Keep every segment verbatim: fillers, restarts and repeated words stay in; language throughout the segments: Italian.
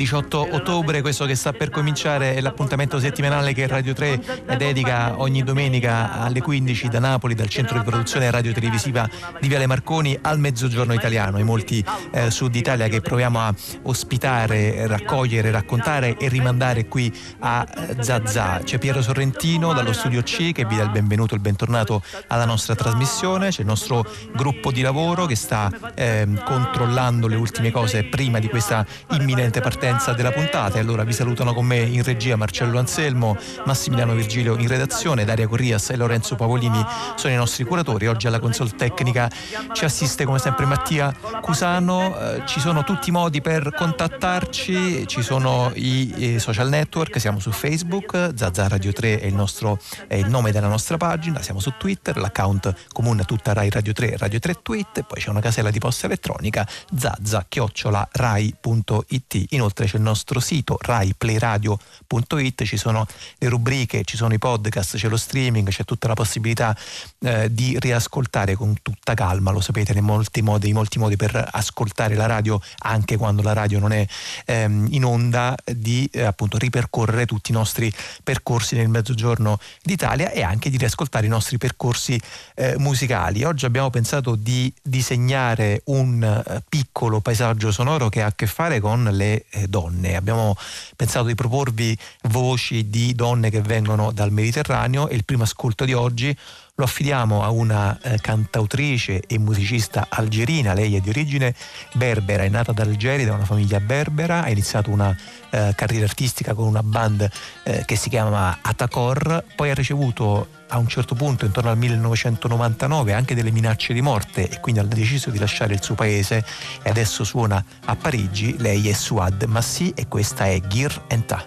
diciotto ottobre. Questo che sta per cominciare è l'appuntamento settimanale che Radio tre dedica ogni domenica alle quindici da Napoli, dal centro di produzione radiotelevisiva di Viale Marconi, al Mezzogiorno Italiano, i molti eh, Sud Italia che proviamo a ospitare, raccogliere, raccontare e rimandare qui a Zazà. C'è Piero Sorrentino dallo studio C che vi dà il benvenuto e il bentornato alla nostra trasmissione. C'è il nostro gruppo di lavoro che sta eh, controllando le ultime cose prima di questa imminente partenza della puntata, e allora vi salutano con me in regia Marcello Anselmo, Massimiliano Virgilio in redazione, Daria Corrias e Lorenzo Pavolini sono i nostri curatori. Oggi alla console tecnica ci assiste come sempre Mattia Cusano. Eh, ci sono tutti i modi per contattarci, ci sono i, i social network, siamo su Facebook, Zazà Radio tre è il nostro è il nome della nostra pagina, siamo su Twitter, l'account comune a tutta Rai Radio tre, Radio tre Tweet, e poi c'è una casella di posta elettronica zazza chiocciola rai punto it. Inoltre c'è il nostro sito rai play radio punto it, ci sono le rubriche, ci sono i podcast, c'è lo streaming, c'è tutta la possibilità eh, di riascoltare con tutta calma, lo sapete, nei molti modi, i molti modi per ascoltare la radio anche quando la radio non è ehm, in onda, di eh, appunto ripercorrere tutti i nostri percorsi nel Mezzogiorno d'Italia e anche di riascoltare i nostri percorsi eh, musicali. Oggi abbiamo pensato di disegnare un eh, piccolo paesaggio sonoro che ha a che fare con le eh, donne. Abbiamo pensato di proporvi voci di donne che vengono dal Mediterraneo, e il primo ascolto di oggi lo affidiamo a una eh, cantautrice e musicista algerina. Lei è di origine berbera, è nata ad Algeri da una famiglia berbera, ha iniziato una eh, carriera artistica con una band eh, che si chiama Atacor, poi ha ricevuto a un certo punto, intorno al millenovecentonovantanove, anche delle minacce di morte, e quindi ha deciso di lasciare il suo paese e adesso suona a Parigi. Lei è Suad Massi e questa è Gir Enta.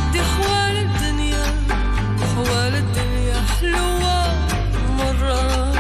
حلوة مرة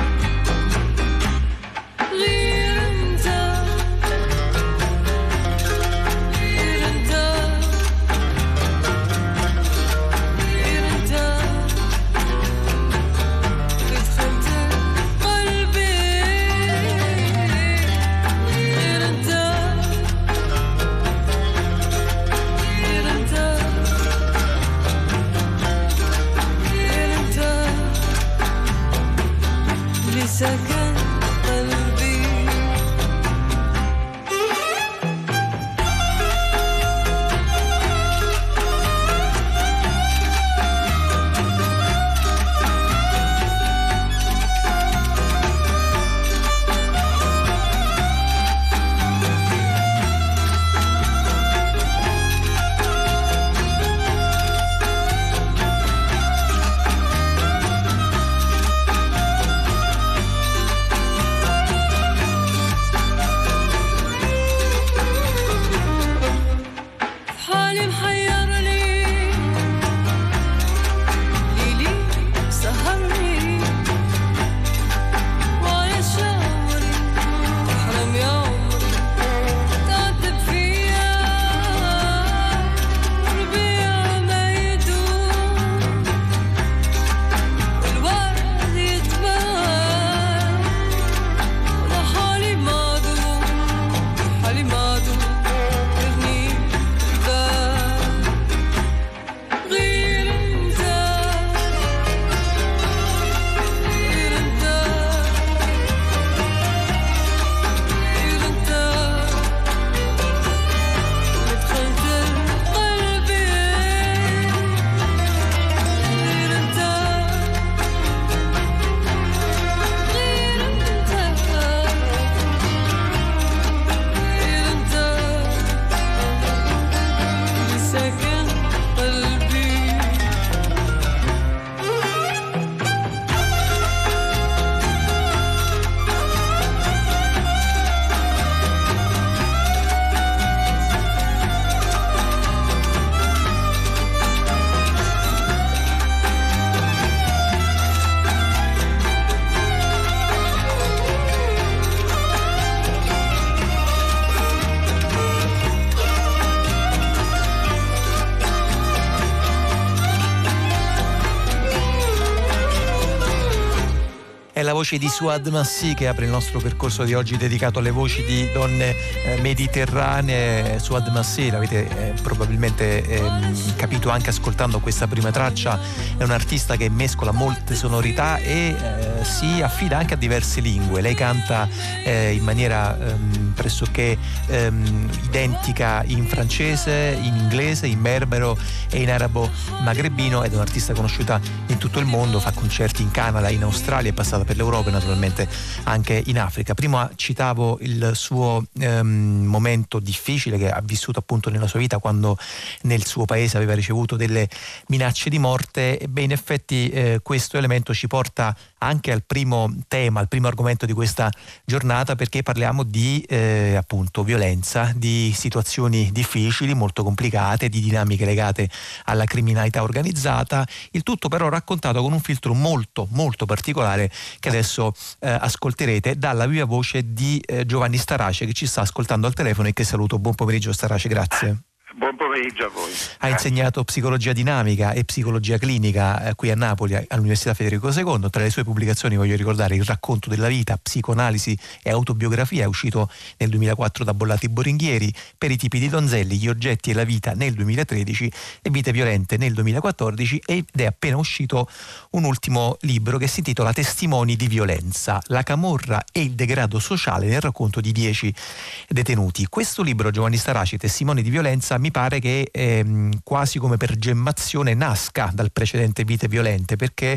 È la voce di Suad Massi che apre il nostro percorso di oggi dedicato alle voci di donne eh, mediterranee. Suad Massi, l'avete eh, probabilmente eh, capito anche ascoltando questa prima traccia, è un artista che mescola molte sonorità e eh, si affida anche a diverse lingue. Lei canta eh, in maniera ehm, pressoché ehm, identica in francese, in inglese, in berbero e in arabo magrebino, ed è un'artista conosciuta in tutto il mondo, fa concerti in Canada, in Australia, è passata per l'Europa e naturalmente anche in Africa. Prima citavo il suo ehm, momento difficile che ha vissuto appunto nella sua vita, quando nel suo paese aveva ricevuto delle minacce di morte. E beh, in effetti eh, questo elemento ci porta anche al primo tema, al primo argomento di questa giornata, perché parliamo di eh, appunto violenza, di situazioni difficili, molto complicate, di dinamiche legate alla criminalità organizzata, il tutto però raccontato con un filtro molto molto particolare che adesso eh, ascolterete dalla viva voce di eh, Giovanni Starace, che ci sta ascoltando al telefono e che saluto. Buon pomeriggio Starace, grazie. Buon pomeriggio a voi. Ha insegnato psicologia dinamica e psicologia clinica eh, qui a Napoli all'Università Federico secondo. Tra le sue pubblicazioni voglio ricordare Il racconto della vita, psicoanalisi e autobiografia, è uscito nel duemilaquattro da Bollati Boringhieri, Per i tipi di donzelli, Gli oggetti e la vita nel duemilatredici e Vite violente nel duemilaquattordici, ed è appena uscito un ultimo libro che si intitola Testimoni di violenza, la camorra e il degrado sociale nel racconto di dieci detenuti. Questo libro, Giovanni Starace, Testimoni di violenza, mi pare che ehm, quasi come per gemmazione nasca dal precedente Vite violente, perché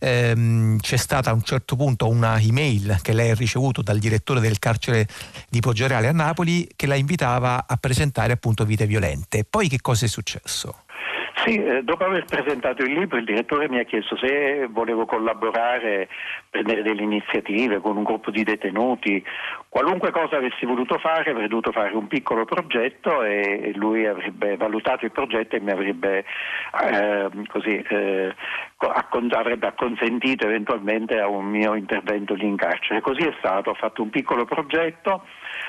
ehm, c'è stata a un certo punto una email che lei ha ricevuto dal direttore del carcere di Poggioreale a Napoli che la invitava a presentare appunto Vite violente. Poi che cosa è successo? Sì, eh, dopo aver presentato il libro il direttore mi ha chiesto se volevo collaborare, prendere delle iniziative con un gruppo di detenuti, qualunque cosa avessi voluto fare. Avrei dovuto fare un piccolo progetto e lui avrebbe valutato il progetto e mi avrebbe eh, così eh, accon- avrebbe acconsentito eventualmente a un mio intervento lì in carcere. Così è stato. Ho fatto un piccolo progetto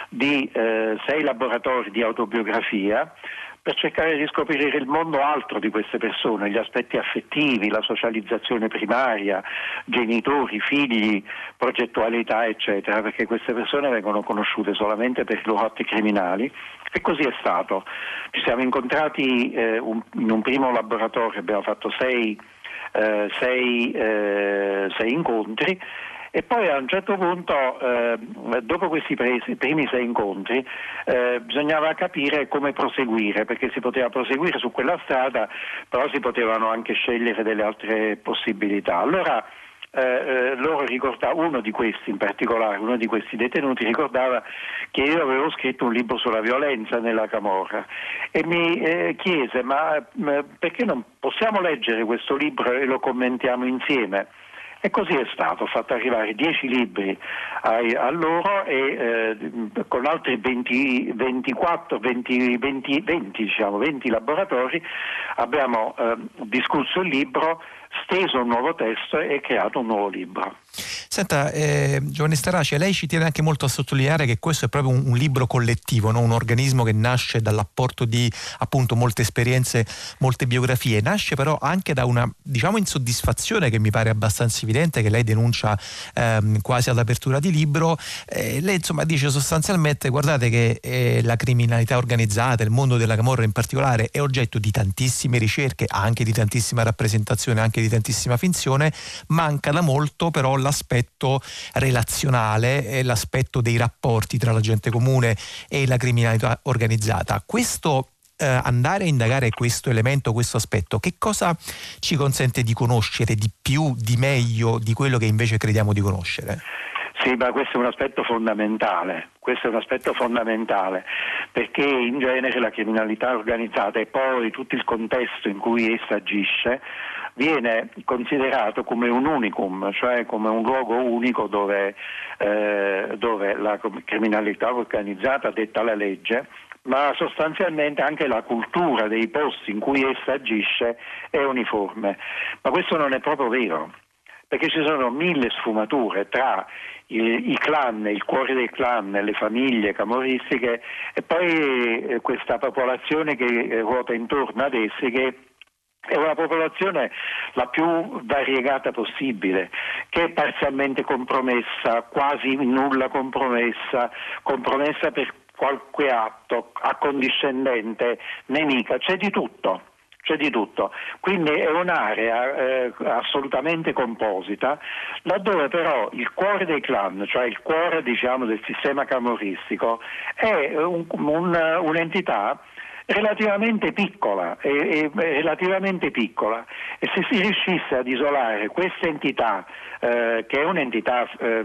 di eh, sei laboratori di autobiografia per cercare di scoprire il mondo altro di queste persone, gli aspetti affettivi, la socializzazione primaria, genitori, figli, progettualità, eccetera, perché queste persone vengono conosciute solamente per i loro atti criminali, e così è stato. Ci siamo incontrati eh, un, in un primo laboratorio, abbiamo fatto sei, eh, sei, eh, sei incontri. E poi a un certo punto, eh, dopo questi presi, primi sei incontri, eh, bisognava capire come proseguire, perché si poteva proseguire su quella strada, però si potevano anche scegliere delle altre possibilità. Allora eh, eh, loro ricordavano, uno di questi in particolare, uno di questi detenuti ricordava che io avevo scritto un libro sulla violenza nella camorra e mi eh, chiese ma eh, perché non possiamo leggere questo libro e lo commentiamo insieme? E così è stato. Ho fatto arrivare dieci libri a, a loro e eh, con altri venti, ventiquattro, venti, venti, venti, diciamo, venti laboratori abbiamo eh, discusso il libro, steso un nuovo testo e creato un nuovo libro. Senta, eh, Giovanni Starace, lei ci tiene anche molto a sottolineare che questo è proprio un, un libro collettivo, no? Un organismo che nasce dall'apporto di appunto molte esperienze, molte biografie, nasce però anche da una, diciamo, insoddisfazione che mi pare abbastanza evidente, che lei denuncia ehm, quasi all'apertura di libro. Eh, lei insomma dice sostanzialmente: guardate che eh, la criminalità organizzata, il mondo della camorra in particolare, è oggetto di tantissime ricerche, anche di tantissima rappresentazione, anche di tantissima finzione, manca da molto però l'aspetto relazionale e l'aspetto dei rapporti tra la gente comune e la criminalità organizzata. Questo eh, andare a indagare questo elemento, questo aspetto, che cosa ci consente di conoscere di più, di meglio di quello che invece crediamo di conoscere? Sì, ma questo è un aspetto fondamentale, questo è un aspetto fondamentale, perché in genere la criminalità organizzata e poi tutto il contesto in cui essa agisce viene considerato come un unicum, cioè come un luogo unico dove, eh, dove la criminalità organizzata detta la legge, ma sostanzialmente anche la cultura dei posti in cui essa agisce è uniforme. Ma questo non è proprio vero, perché ci sono mille sfumature tra i, i clan, il cuore dei clan, le famiglie camorristiche e poi eh, questa popolazione che eh, ruota intorno ad essi, che è una popolazione la più variegata possibile, che che è parzialmente compromessa, quasi nulla compromessa, compromessa per qualche atto accondiscendente, nemica, c'è di tutto. C'è di tutto, quindi è un'area eh, assolutamente composita, laddove però il cuore dei clan, cioè il cuore diciamo del sistema camorristico, è un, un, un'entità relativamente piccola, è, è relativamente piccola, e se si riuscisse ad isolare questa entità, eh, che è un'entità eh,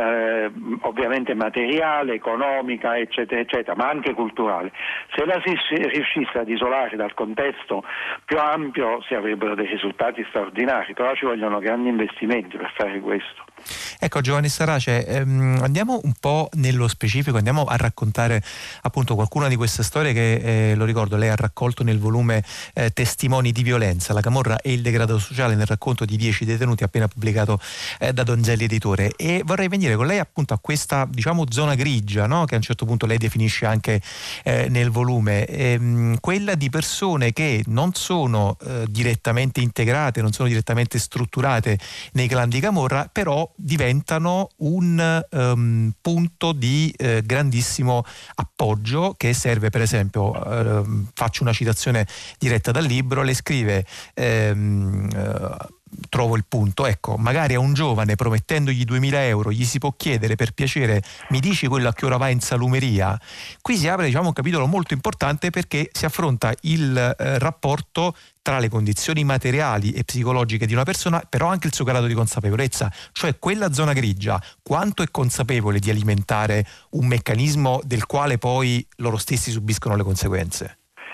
m- ovviamente materiale, economica, eccetera, eccetera, ma anche culturale, se la si riuscisse ad isolare dal contesto più ampio si avrebbero dei risultati straordinari, però ci vogliono grandi investimenti per fare questo. Ecco Giovanni Starace, ehm, andiamo un po' nello specifico, andiamo a raccontare appunto qualcuna di queste storie che eh, lo ricordo lei ha raccolto nel volume eh, Testimoni di violenza, la camorra e il degrado sociale nel racconto di dieci detenuti appena pubblicato eh, da Donzelli Editore, e vorrei venire con lei appunto a questa diciamo zona grigia, no? Che a un certo punto lei definisce anche eh, nel volume, ehm, quella di persone che non sono eh, direttamente integrate, non sono direttamente strutturate nei clan di camorra, però diventano un um, punto di eh, grandissimo appoggio che serve, per esempio, eh, faccio una citazione diretta dal libro, le scrive ehm, eh, trovo il punto, ecco, magari a un giovane promettendogli duemila euro gli si può chiedere per piacere mi dici quello a che ora va in salumeria. Qui si apre diciamo un capitolo molto importante perché si affronta il eh, rapporto tra le condizioni materiali e psicologiche di una persona, però anche il suo grado di consapevolezza, cioè quella zona grigia, quanto è consapevole di alimentare un meccanismo del quale poi loro stessi subiscono le conseguenze.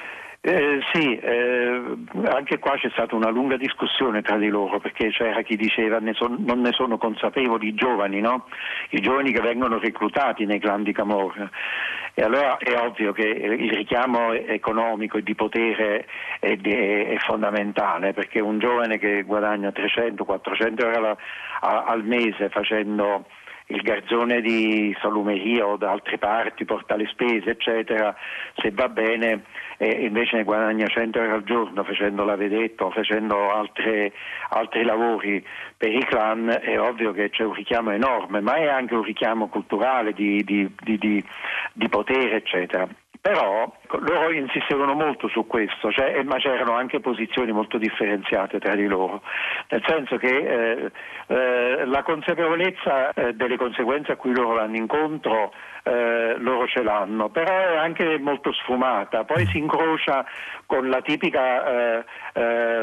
Eh, sì, eh, anche qua c'è stata una lunga discussione tra di loro, perché c'era chi diceva ne son, non ne sono consapevoli i giovani, no? I giovani che vengono reclutati nei clan di camorra. E allora è ovvio che il richiamo economico e di potere è, è, è fondamentale, perché un giovane che guadagna trecento quattrocento euro al, al mese facendo il garzone di salumeria o da altre parti, porta le spese eccetera, se va bene eh, invece ne guadagna cento euro al giorno facendo la vedetta o facendo altre, altri lavori per i clan, è ovvio che c'è un richiamo enorme, ma è anche un richiamo culturale di, di, di, di, di potere eccetera. Però loro insistevano molto su questo, cioè, ma c'erano anche posizioni molto differenziate tra di loro, nel senso che eh, eh, la consapevolezza eh, delle conseguenze a cui loro vanno incontro eh, loro ce l'hanno, però è anche molto sfumata, poi si incrocia con la tipica eh, eh,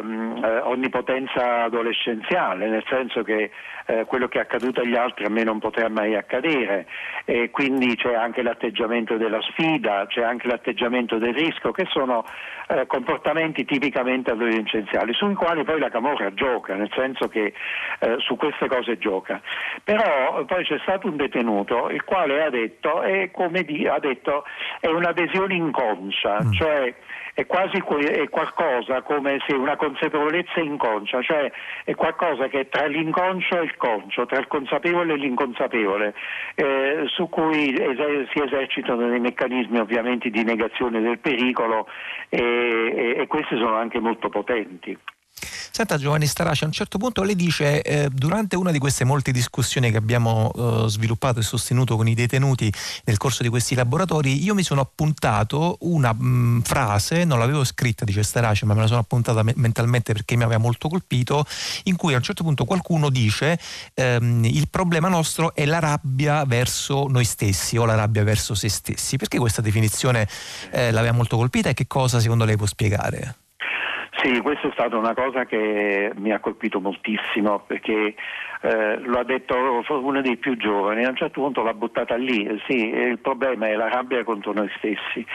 onnipotenza adolescenziale, nel senso che eh, quello che è accaduto agli altri a me non potrà mai accadere, e quindi c'è anche l'atteggiamento della sfida, c'è anche l'atteggiamento del rischio, che sono eh, comportamenti tipicamente adolescenziali sui quali poi la camorra gioca, nel senso che eh, su queste cose gioca. Però poi c'è stato un detenuto il quale ha detto è come di, ha detto è un'adesione inconscia, mm. cioè è quasi è qualcosa come se una consapevolezza inconscia, cioè è qualcosa che è tra l'inconscio e il conscio, tra il consapevole e l'inconsapevole, eh, su cui eser- si esercitano dei meccanismi ovviamente di negazione del pericolo e, e, e questi sono anche molto potenti. Senta Giovanni Starace, a un certo punto lei dice eh, durante una di queste molte discussioni che abbiamo eh, sviluppato e sostenuto con i detenuti nel corso di questi laboratori, io mi sono appuntato una mh, frase, non l'avevo scritta, dice Starace, ma me la sono appuntata me- mentalmente perché mi aveva molto colpito, in cui a un certo punto qualcuno dice ehm, il problema nostro è la rabbia verso noi stessi o la rabbia verso se stessi. Perché questa definizione eh, l'aveva molto colpita e che cosa secondo lei può spiegare? Sì, questa è stata una cosa che mi ha colpito moltissimo, perché eh, lo ha detto uno dei più giovani, a un certo punto l'ha buttata lì. Sì, il problema è la rabbia contro noi stessi,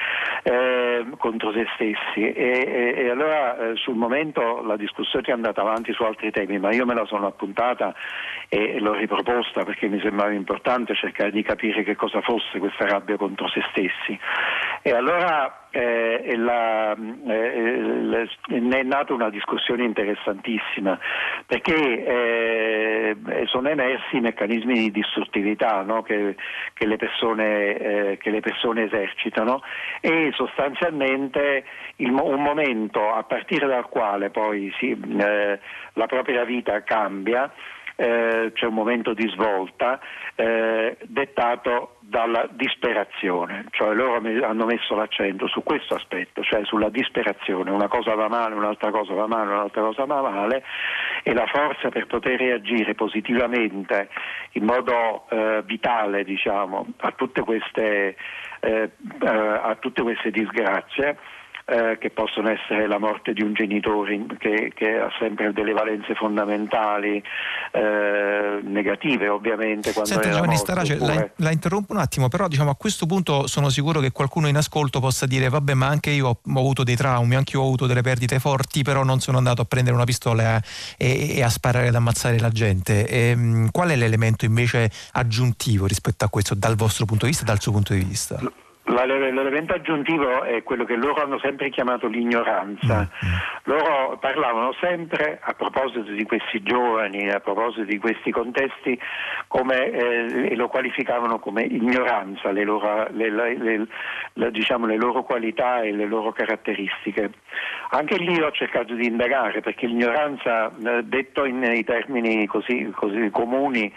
eh, contro se stessi, e, e, e allora eh, sul momento la discussione è andata avanti su altri temi, ma io me la sono appuntata e l'ho riproposta perché mi sembrava importante cercare di capire che cosa fosse questa rabbia contro se stessi. E allora eh, la, eh, ne è nata una discussione interessantissima, perché eh, sono emersi i meccanismi di distruttività, no? che, che, le persone, eh, che le persone esercitano, e sostanzialmente il, un momento a partire dal quale poi si, eh, la propria vita cambia eh, c'è un momento di svolta eh, dettato dalla disperazione, cioè loro hanno messo l'accento su questo aspetto, cioè sulla disperazione, una cosa va male, un'altra cosa va male, un'altra cosa va male, e la forza per poter reagire positivamente in modo eh, vitale, diciamo, a tutte queste eh, eh, a tutte queste disgrazie. Eh, che possono essere la morte di un genitore che, che ha sempre delle valenze fondamentali eh, negative, ovviamente. Quando Senta, è Giovanni morte, Starace, oppure... la, la interrompo un attimo, però diciamo a questo punto sono sicuro che qualcuno in ascolto possa dire vabbè, ma anche io ho, ho avuto dei traumi, anche io ho avuto delle perdite forti, però non sono andato a prendere una pistola e, e a sparare ed ammazzare la gente. E, mh, qual è l'elemento invece aggiuntivo rispetto a questo dal vostro punto di vista e dal suo punto di vista? L'elemento aggiuntivo è quello che loro hanno sempre chiamato l'ignoranza. Mm-hmm. Loro parlavano sempre, a proposito di questi giovani, a proposito di questi contesti, come, eh, e lo qualificavano come ignoranza, le loro, le, le, le, le, diciamo, le loro qualità e le loro caratteristiche. Anche lì ho cercato di indagare, perché l'ignoranza, eh, detto in, in termini così, così comuni,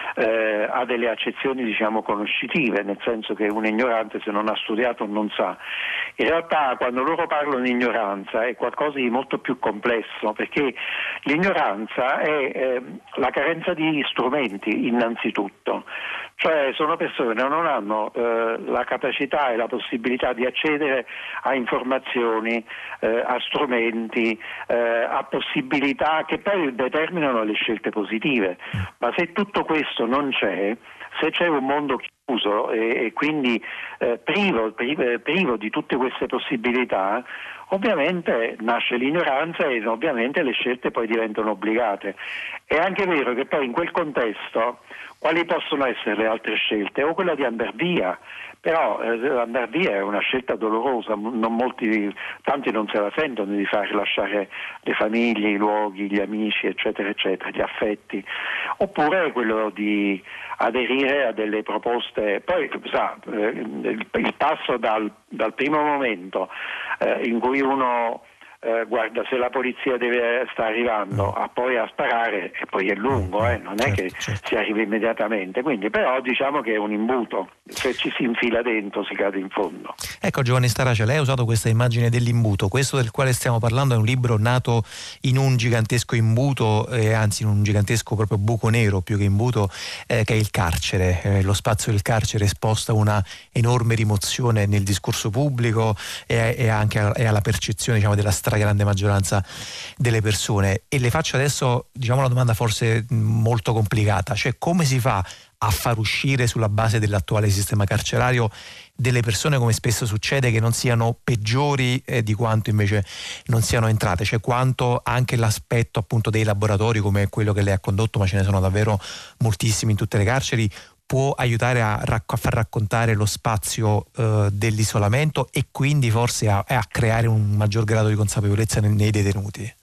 Eh, ha delle accezioni, diciamo, conoscitive, nel senso che un ignorante, se non ha studiato, non sa. In realtà, quando loro parlano di ignoranza, è qualcosa di molto più complesso, perché l'ignoranza è eh, la carenza di strumenti, innanzitutto. Cioè sono persone che non hanno eh, la capacità e la possibilità di accedere a informazioni, eh, a strumenti, eh, a possibilità che poi determinano le scelte positive. Ma se tutto questo non c'è, se c'è un mondo chiuso e, e quindi eh, privo, privo, privo di tutte queste possibilità, ovviamente nasce l'ignoranza e ovviamente le scelte poi diventano obbligate. È anche vero che poi in quel contesto quali possono essere le altre scelte? O quella di andare via, però eh, andare via è una scelta dolorosa, non molti, tanti non se la sentono di far lasciare le famiglie, i luoghi, gli amici, eccetera, eccetera, gli affetti. Oppure quello di aderire a delle proposte. Poi sa, eh, il, il passo dal, dal primo momento eh, in cui uno eh, guarda se la polizia deve sta arrivando a poi a sparare, e poi è lungo, eh, non è certo, che certo. si arriva immediatamente, quindi però diciamo che è un imbuto, se ci si infila dentro si cade in fondo. Ecco, Giovanni Starace, lei ha usato questa immagine dell'imbuto. Questo del quale stiamo parlando è un libro nato in un gigantesco imbuto, eh, anzi in un gigantesco proprio buco nero più che imbuto, eh, che è il carcere. Eh, lo spazio del carcere sposta una enorme rimozione nel discorso pubblico e, e anche a, e alla percezione, diciamo, della stragrande maggioranza delle persone. E le faccio adesso, diciamo, una domanda forse molto complicata, cioè come si fa a far uscire sulla base dell'attuale sistema carcerario delle persone, come spesso succede, che non siano peggiori eh, di quanto invece non siano entrate, cioè quanto anche l'aspetto appunto dei laboratori come quello che lei ha condotto, ma ce ne sono davvero moltissimi in tutte le carceri, può aiutare a, racco- a far raccontare lo spazio eh, dell'isolamento e quindi forse a, a creare un maggior grado di consapevolezza nei, nei detenuti.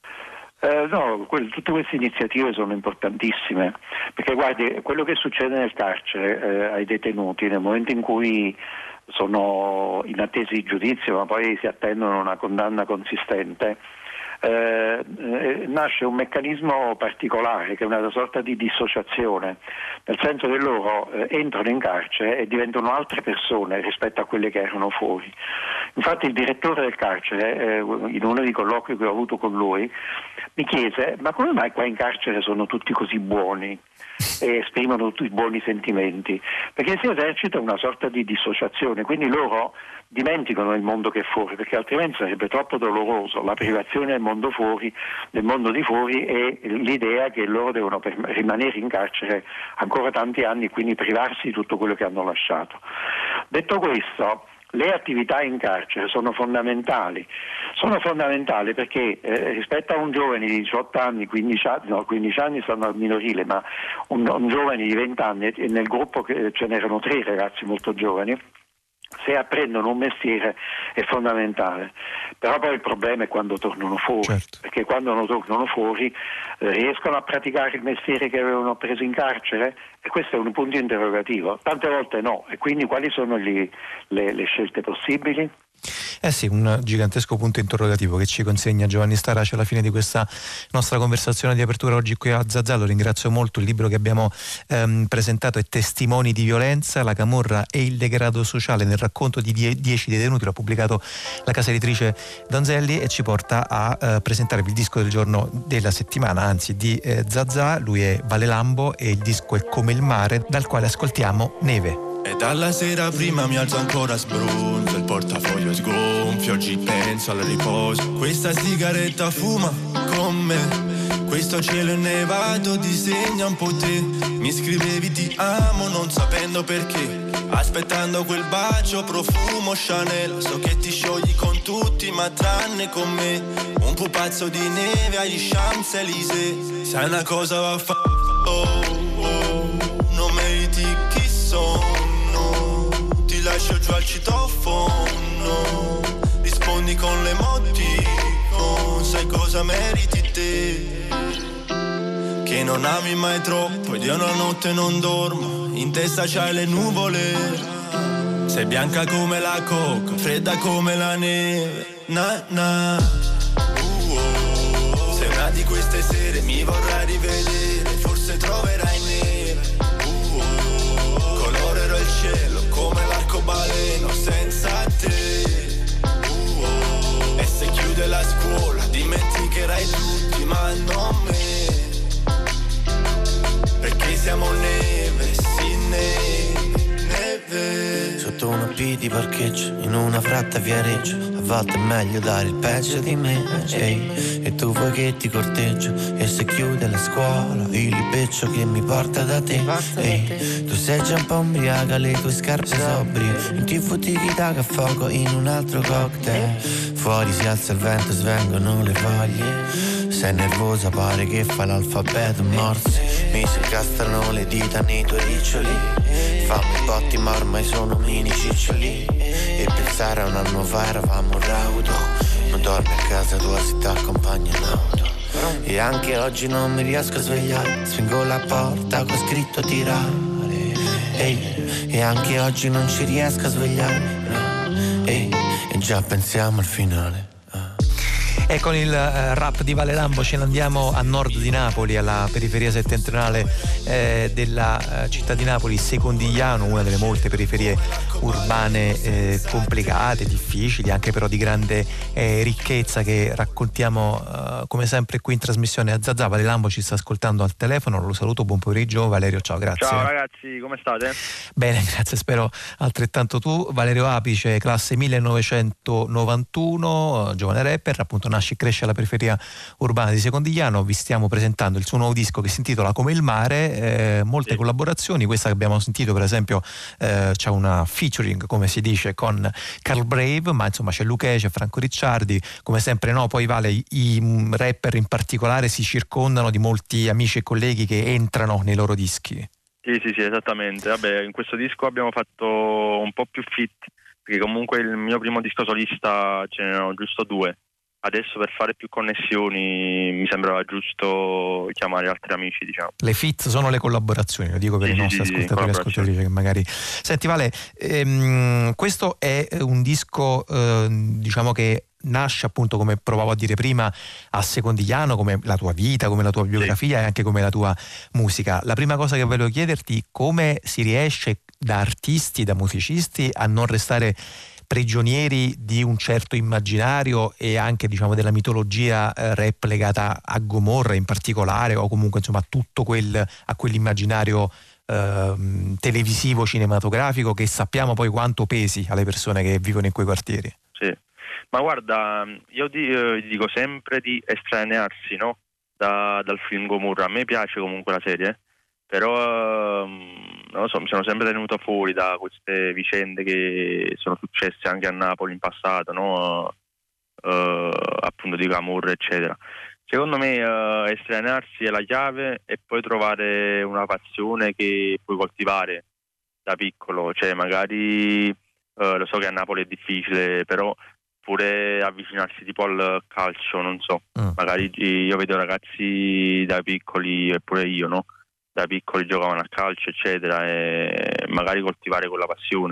Eh, no, que- tutte queste iniziative sono importantissime, perché guardi, quello che succede nel carcere eh, ai detenuti nel momento in cui sono in attesa di giudizio ma poi si attendono a una condanna consistente, eh, eh, nasce un meccanismo particolare che è una sorta di dissociazione, nel senso che loro eh, entrano in carcere e diventano altre persone rispetto a quelle che erano fuori. Infatti il direttore del carcere, eh, in uno dei colloqui che ho avuto con lui, mi chiese: ma come mai qua in carcere sono tutti così buoni e esprimono tutti i buoni sentimenti? Perché si esercita una sorta di dissociazione, quindi loro dimenticano il mondo che è fuori, perché altrimenti sarebbe troppo doloroso la privazione del mondo fuori, del mondo di fuori, e l'idea che loro devono per- rimanere in carcere ancora tanti anni e quindi privarsi di tutto quello che hanno lasciato. Detto questo, le attività in carcere sono fondamentali, sono fondamentali perché eh, rispetto a un giovane di diciotto anni, quindici anni, no, quindici anni stanno al minorile, ma un, un giovane di venti anni, e nel gruppo che, ce n'erano tre ragazzi molto giovani, se apprendono un mestiere è fondamentale, però poi il problema è quando tornano fuori, certo. Perché quando non tornano fuori eh, riescono a praticare il mestiere che avevano preso in carcere? E questo è un punto interrogativo, tante volte no, e quindi quali sono gli, le, le scelte possibili? Eh sì, un gigantesco punto interrogativo che ci consegna Giovanni Starace alla fine di questa nostra conversazione di apertura oggi qui a Zazà. Lo ringrazio molto. Il libro che abbiamo ehm, presentato è Testimoni di violenza, la camorra e il degrado sociale nel racconto di die- dieci detenuti. L'ha pubblicato la casa editrice Donzelli e ci porta a eh, presentarvi il disco del giorno della settimana, anzi di eh, Zazà. Lui è Vale Lambo e il disco è Come il mare, dal quale ascoltiamo Neve. E dalla sera prima mi alzo ancora sbronzo, il portafoglio sgonfio, oggi penso al riposo. Questa sigaretta fuma con me, questo cielo innevato disegna un po' te. Mi scrivevi ti amo non sapendo perché, aspettando quel bacio profumo Chanel. So che ti sciogli con tutti ma tranne con me, un pupazzo di neve agli Champs-Élysées. Sai una cosa va a fa... Oh, oh, non meriti chi sono, ti lascio giù al citofono, rispondi con l'emoticon, sai cosa meriti te, che non ami mai troppo ed io una notte non dormo, in testa c'hai le nuvole, sei bianca come la coca, fredda come la neve, na na, uh, oh, sei una di queste sere, mi vorrai rivedere, forse troverai neve, uh, oh, colorerò il cielo come l'arcobaleno senza te, uh, oh, e se chiude la scuola dimenticherai tutti ma non me, perché siamo neve, sì neve, neve. Sotto una P di parcheggio, in una fratta Viareggio, a volte è meglio dare il peggio di me, ehi, e tu vuoi che ti corteggio, e se chiude la scuola, il beccio che mi porta da te, ehi, tu sei già un po' ubriaca, le tue scarpe sobrie, in tv ti chitaga a fuoco in un altro cocktail, fuori si alza il vento, svengono le foglie, sei nervosa pare che fa l'alfabeto morse, mi si incastrano le dita nei tuoi riccioli, fammi botti ma ormai sono mini ciccioli, e pensare a un anno fa eravamo raudo, non dormi a casa tua si t'accompagna in auto, e anche oggi non mi riesco a svegliare, spingo la porta con scritto tirare, ehi, e anche oggi non ci riesco a svegliare, no, ehi, e già pensiamo al finale. E con il uh, rap di Vale Lambo ce ne andiamo a nord di Napoli, alla periferia settentrionale eh, della uh, città di Napoli, Secondigliano, una delle molte periferie urbane eh, complicate, difficili, anche però di grande eh, ricchezza, che raccontiamo uh, come sempre qui in trasmissione a Zazà. Vale Lambo ci sta ascoltando al telefono, lo saluto, buon pomeriggio. Valerio, ciao, grazie. Ciao ragazzi, come state? Bene, grazie, spero altrettanto tu. Valerio Apice, classe millenovecentonovantuno, giovane rapper, appunto nasce e cresce alla periferia urbana di Secondigliano. Vi stiamo presentando il suo nuovo disco che si intitola Come il mare, eh, molte sì. collaborazioni. Questa che abbiamo sentito per esempio eh, c'è una featuring, come si dice, con Carl Brave, ma insomma c'è Luché, c'è Franco Ricciardi, come sempre, no? Poi Vale, i, i rapper in particolare si circondano di molti amici e colleghi che entrano nei loro dischi. Sì sì sì, esattamente. Vabbè, in questo disco abbiamo fatto un po' più fit, perché comunque il mio primo disco solista ce n'erano giusto due. Adesso per fare più connessioni mi sembrava giusto chiamare altri amici, diciamo. Le fit sono le collaborazioni, lo dico per sì, i nostri sì, ascoltatori e ascoltatrici che magari... Senti Vale, ehm, questo è un disco eh, diciamo che nasce appunto, come provavo a dire prima, a Secondigliano, come la tua vita, come la tua biografia sì. e anche come la tua musica. La prima cosa che volevo chiederti, come si riesce da artisti, da musicisti a non restare prigionieri di un certo immaginario e anche diciamo della mitologia eh, rap legata a Gomorra in particolare, o comunque insomma a tutto quel a quell'immaginario eh, televisivo cinematografico che sappiamo poi quanto pesi alle persone che vivono in quei quartieri. Sì, ma guarda, io ti, eh, dico sempre di estranearsi, no? Da, dal film Gomorra. A me piace comunque la serie, però non lo so, mi sono sempre tenuto fuori da queste vicende che sono successe anche a Napoli in passato, no? Uh, appunto di Camorra eccetera. Secondo me uh, estranearsi è la chiave, e poi trovare una passione che puoi coltivare da piccolo, cioè magari uh, lo so che a Napoli è difficile, però pure avvicinarsi tipo al calcio, non so, mm. magari io vedo ragazzi da piccoli, eppure io, no? Da piccoli giocavano a calcio eccetera, e magari coltivare quella passione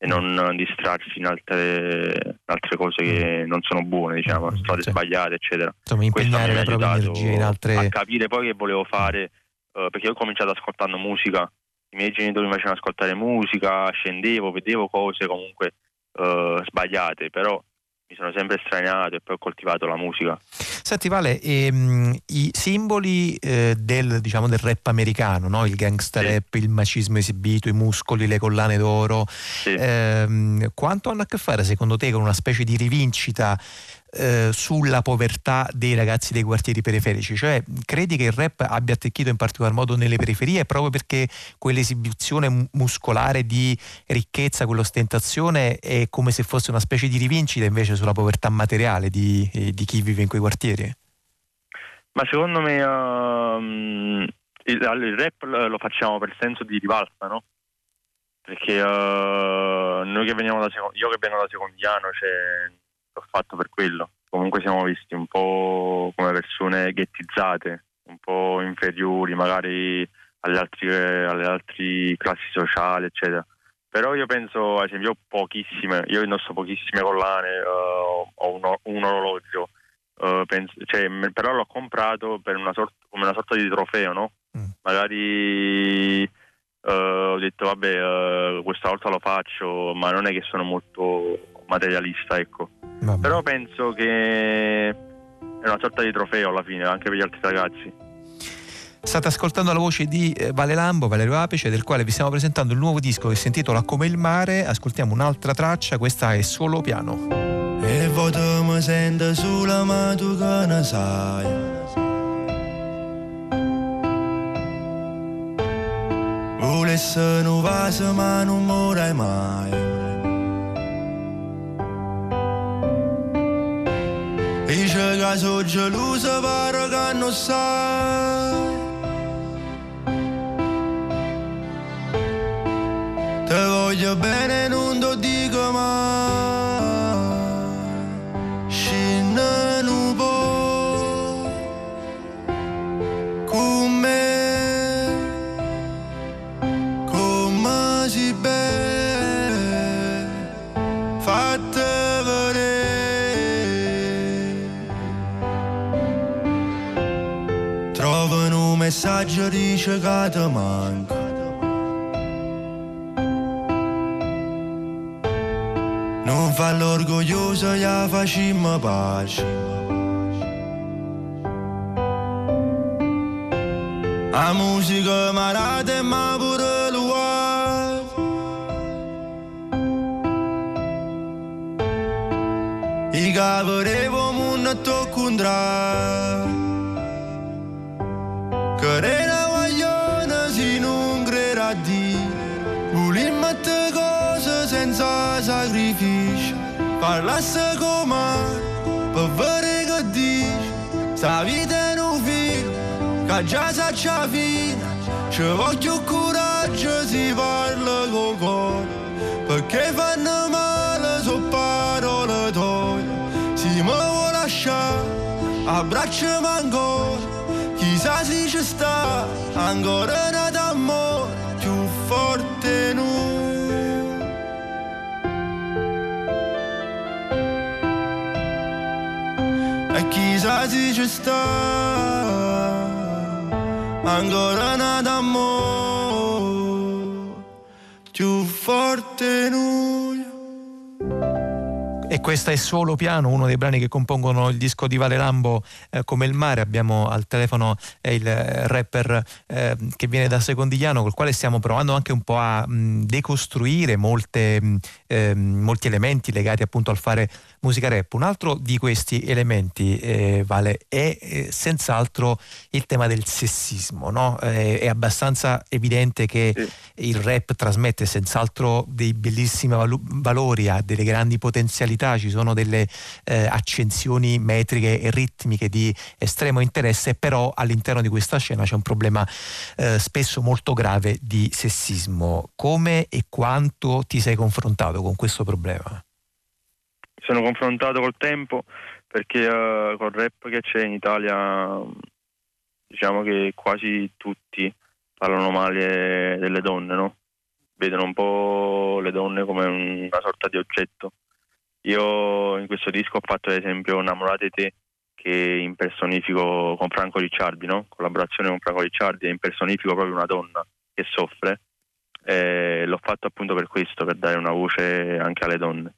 e non distrarsi in altre, in altre cose che non sono buone, diciamo, strade sì. sbagliate, eccetera. Insomma, impegnare la propria energia in altre... a capire poi che volevo fare, uh, perché io ho cominciato ascoltando musica, i miei genitori mi facevano ascoltare musica, scendevo, vedevo cose comunque uh, sbagliate, però mi sono sempre estraniato e poi ho coltivato la musica. Senti Vale, ehm, i simboli eh, del, diciamo, del rap americano, no? Il gangsta sì. rap, il macismo esibito, i muscoli, le collane d'oro, sì. ehm, quanto hanno a che fare secondo te con una specie di rivincita eh, sulla povertà dei ragazzi dei quartieri periferici? Cioè, credi che il rap abbia attecchito in particolar modo nelle periferie proprio perché quell'esibizione mu- muscolare di ricchezza, quell'ostentazione è come se fosse una specie di rivincita invece sulla povertà materiale di, eh, di chi vive in quei quartieri? Ma secondo me uh, il, il rap lo facciamo per senso di rivalsa, no? Perché uh, noi che veniamo da secondo, io che vengo da Secondiano, cioè, l'ho fatto per quello. Comunque siamo visti un po' come persone ghettizzate, un po' inferiori magari alle altre, alle altre classi sociali, eccetera. Però io penso, ad esempio, pochissime, io indosso pochissime collane, uh, ho un, un orologio, uh, penso, cioè, però l'ho comprato per una sorta, come una sorta di trofeo, no? Mm. Magari uh, ho detto, vabbè, uh, questa volta lo faccio, ma non è che sono molto materialista, ecco. Vabbè. Però penso che è una sorta di trofeo alla fine, anche per gli altri ragazzi. State ascoltando la voce di Vale Lambo, Valerio Apice, del quale vi stiamo presentando il nuovo disco che si intitola Come il mare. Ascoltiamo un'altra traccia, questa è Solo piano. E voto mi sento sulla ma tu che ne sai. Volesse non vase ma non muore mai. Dice che sono geloso pare che non sai. Te voglio bene non ti dico mai. Scende un po' con me, come si beve, fatte vedere. Trovano un messaggio dice che ti manca. Non fa l'orgoglioso, ya facciamo pace. La musica marata e ma pure l'uovo. I caporevo munno tocco un dra. Che rena guaglione si non creda a dire. Volimmo te cose senza sacrificio. Parlasse come per vedere che dici. Sta vita è un film che già sa c'è fine. Ci voglio coraggio si parla con cuore. Perché fanno male so parole tue. Si mi vuole lasciare abbracciami ancora. Chissà se ci sta ancora una d'amore più forte noi. E chissà se ci sta ancora una d'amore più forte noi. E questa è Solo piano, uno dei brani che compongono il disco di Vale Lambo, eh, Come il mare. Abbiamo al telefono eh, il rapper eh, che viene da Secondigliano, col quale stiamo provando anche un po' a mh, decostruire molte, mh, eh, molti elementi legati appunto al fare musica rap. Un altro di questi elementi, eh, Vale, è eh, senz'altro il tema del sessismo, no? Eh, è abbastanza evidente che sì. Il rap trasmette senz'altro dei bellissimi valo- valori, ha delle grandi potenzialità, ci sono delle eh, accensioni metriche e ritmiche di estremo interesse, però all'interno di questa scena c'è un problema eh, spesso molto grave di sessismo. Come e quanto ti sei confrontato con questo problema? Sono confrontato col tempo perché uh, col rap che c'è in Italia diciamo che quasi tutti parlano male delle donne, no? vedono un po' le donne come una sorta di oggetto. Io in questo disco ho fatto ad esempio Innamorate te, che impersonifico con Franco Ricciardi, no? Collaborazione con Franco Ricciardi, e impersonifico proprio una donna che soffre. Eh, l'ho fatto appunto per questo, per dare una voce anche alle donne.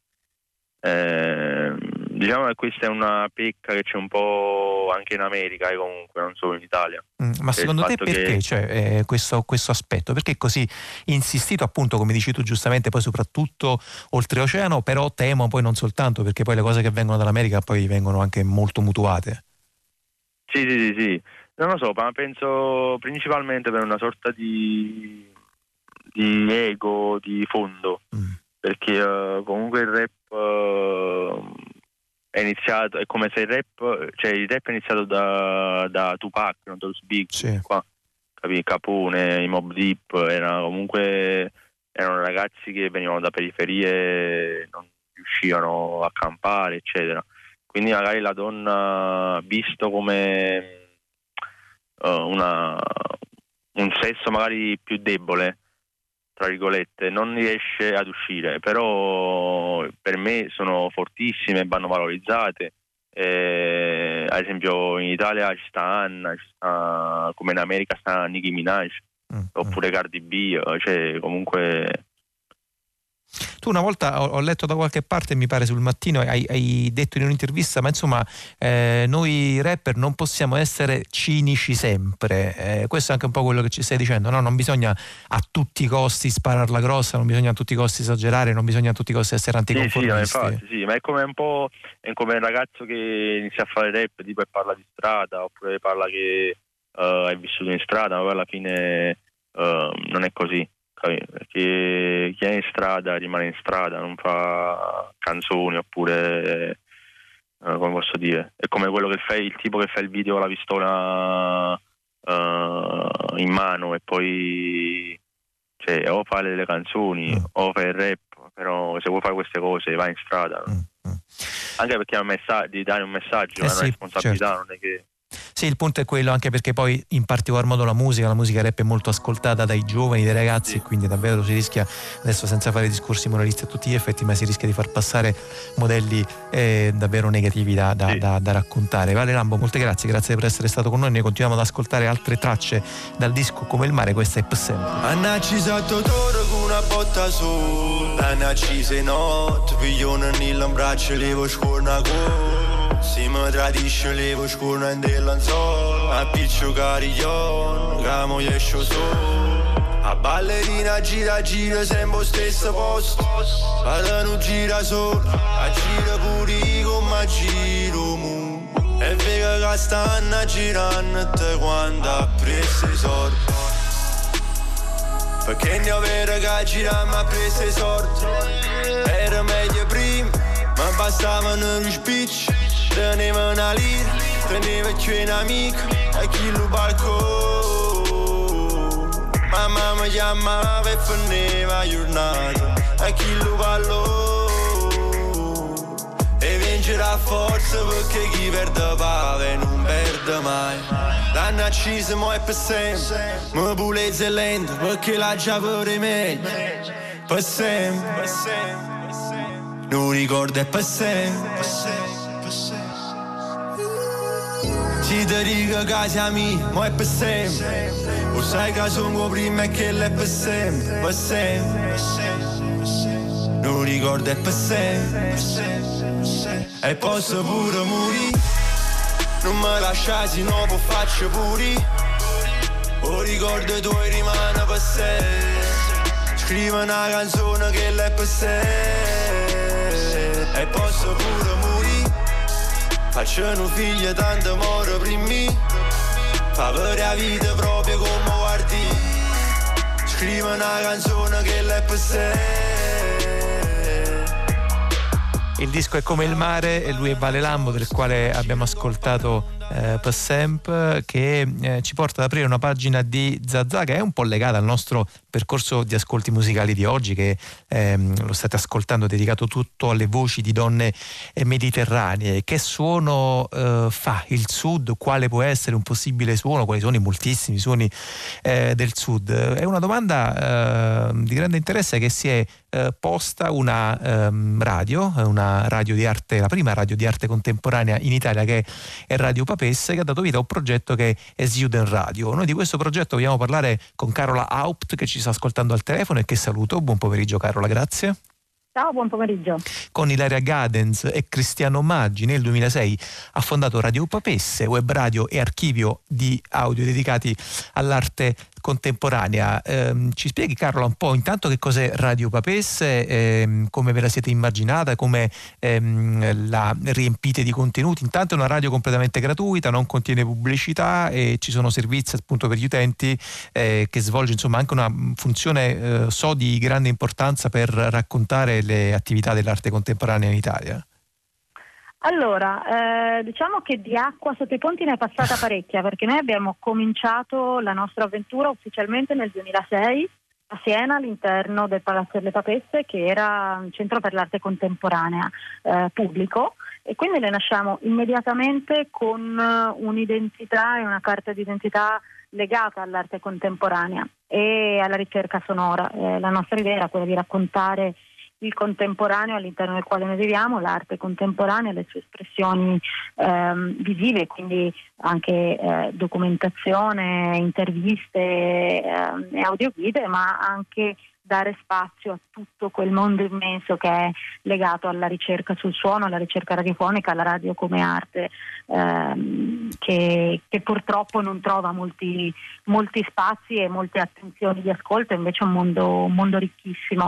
Eh, diciamo che questa è una pecca che c'è un po' anche in America e comunque non solo in Italia. Mm, ma secondo te perché che... cioè, eh, questo, questo aspetto? Perché è così insistito, appunto, come dici tu giustamente, poi soprattutto oltreoceano, però temo poi non soltanto, perché poi le cose che vengono dall'America poi vengono anche molto mutuate. Sì, sì, sì, sì. Non lo so, ma penso principalmente per una sorta di, di ego, di fondo, mm. perché uh, comunque il rap uh, è iniziato, è come se il rap, cioè il rap è iniziato da, da Tupac, Notorious Big, sì. qua, capì? Capone, i Mobb Deep, erano comunque erano ragazzi che venivano da periferie, non riuscivano a campare, eccetera. Quindi magari la donna, visto come uh, una, un sesso magari più debole, tra virgolette, non riesce ad uscire, però per me sono fortissime e vanno valorizzate. Eh, ad esempio in Italia ci sta Anna, ci sta, come in America sta Nicki Minaj, mm, oppure mm. Cardi B, cioè comunque... Tu una volta ho, ho letto da qualche parte, mi pare sul Mattino, hai, hai detto in un'intervista, ma insomma eh, noi rapper non possiamo essere cinici sempre. Eh, questo è anche un po' quello che ci stai dicendo, no? Non bisogna a tutti i costi spararla grossa, non bisogna a tutti i costi esagerare, non bisogna a tutti i costi essere anticonformisti. Sì, sì, infatti, sì, ma è come un po' è come il ragazzo che inizia a fare rap tipo e parla di strada, oppure parla che uh, è vissuto in strada, ma poi alla fine uh, non è così. Perché chi è in strada rimane in strada, non fa canzoni, oppure eh, come posso dire, è come quello che fa il tipo che fa il video con la pistola uh, in mano e poi cioè, o fa delle canzoni mm. o fa il rap, però se vuoi fare queste cose vai in strada, no? mm. Anche perché è un messaggio, di dare un messaggio, eh è sì, una responsabilità, certo. Non è che... Sì, il punto è quello, anche perché poi in particolar modo la musica, la musica rap è molto ascoltata dai giovani, dai ragazzi, sì. E quindi davvero si rischia, adesso senza fare discorsi moralisti a tutti gli effetti, ma si rischia di far passare modelli eh, davvero negativi da, da, sì. da, da raccontare. Vale Lambo, molte grazie, grazie per essere stato con noi. Noi continuiamo ad ascoltare altre tracce dal disco Come il mare, questa è Per sempre. Annacci sotto toro con una botta su, annacci se no, ti piglio nel braccio, levo scorna con. Se mi tradisce levo scorna in dell'anzolo, a piccio cariglione, che mo esce su. A ballerina gira gira sempre al stesso posto, vado non gira solo, a gira pure come giro mu. E vega che stanno girando te quando ha preso i soldi, perché ne avere che girare ma ha preso i soldi. Era meglio prima, ma bastavano gli spicci. Teneva una lira, teneva qui un amico, a chi lo balcone. Mamma mi chiamava e fineva la giornata, a chi lo ballo. E vincere a forza perché chi perde pave non perde mai. L'anno acciso è per sempre, mi pulezza lento perché la già per meglio. Per sempre, non ricordo è per sempre. Ci ti dico che sei mia, ma è per sempre. O sai che sono prima e che l'è per sempre, per sempre. Non ricordo è per sempre. E posso pure morire, non mi lasciasi, no, poi faccio pure. O ricordo tu e rimane per sempre. Scrivo una canzone che l'è per sempre. E posso pure morire, faccio un figlio tanto muore prima, fa per la vita proprio come guardi. Scrivo una canzone che l'è per sé. Il disco è Come il mare e lui è Vale Lambo, del quale abbiamo ascoltato eh, Passemp, che eh, ci porta ad aprire una pagina di Zazà che è un po' legata al nostro percorso di ascolti musicali di oggi, che ehm, lo state ascoltando, dedicato tutto alle voci di donne mediterranee. Che suono eh, fa il Sud? Quale può essere un possibile suono? Quali sono i moltissimi suoni eh, del Sud? È una domanda eh, di grande interesse che si è eh, posta una ehm, radio, una radio di arte, la prima radio di arte contemporanea in Italia, che è Radio Papesse, che ha dato vita a un progetto che è Suden Radio. Noi di questo progetto vogliamo parlare con Carola Haupt, che ci sta ascoltando al telefono e che saluto. Buon pomeriggio Carola, grazie. Ciao, buon pomeriggio. Con Ilaria Gadens e Cristiano Maggi nel duemilasei ha fondato Radio Papesse, web radio e archivio di audio dedicati all'arte contemporanea. Eh, ci spieghi Carola un po' intanto che cos'è Radio Papesse, ehm, come ve la siete immaginata, come ehm, la riempite di contenuti? Intanto è una radio completamente gratuita, non contiene pubblicità e ci sono servizi appunto per gli utenti, eh, che svolge insomma anche una funzione eh, so di grande importanza per raccontare le attività dell'arte contemporanea in Italia. Allora, eh, diciamo che di acqua sotto i ponti ne è passata parecchia, perché noi abbiamo cominciato la nostra avventura ufficialmente nel duemilasei a Siena, all'interno del Palazzo delle Papesse, che era un centro per l'arte contemporanea eh, pubblico, e quindi ne nasciamo immediatamente con un'identità e una carta d'identità legata all'arte contemporanea e alla ricerca sonora. Eh, la nostra idea era quella di raccontare il contemporaneo all'interno del quale noi viviamo, l'arte contemporanea, le sue espressioni ehm, visive, quindi anche eh, documentazione, interviste eh, e audioguide, ma anche dare spazio a tutto quel mondo immenso che è legato alla ricerca sul suono, alla ricerca radiofonica, alla radio come arte, ehm, che, che purtroppo non trova molti, molti spazi e molte attenzioni di ascolto, invece è un mondo, un mondo ricchissimo.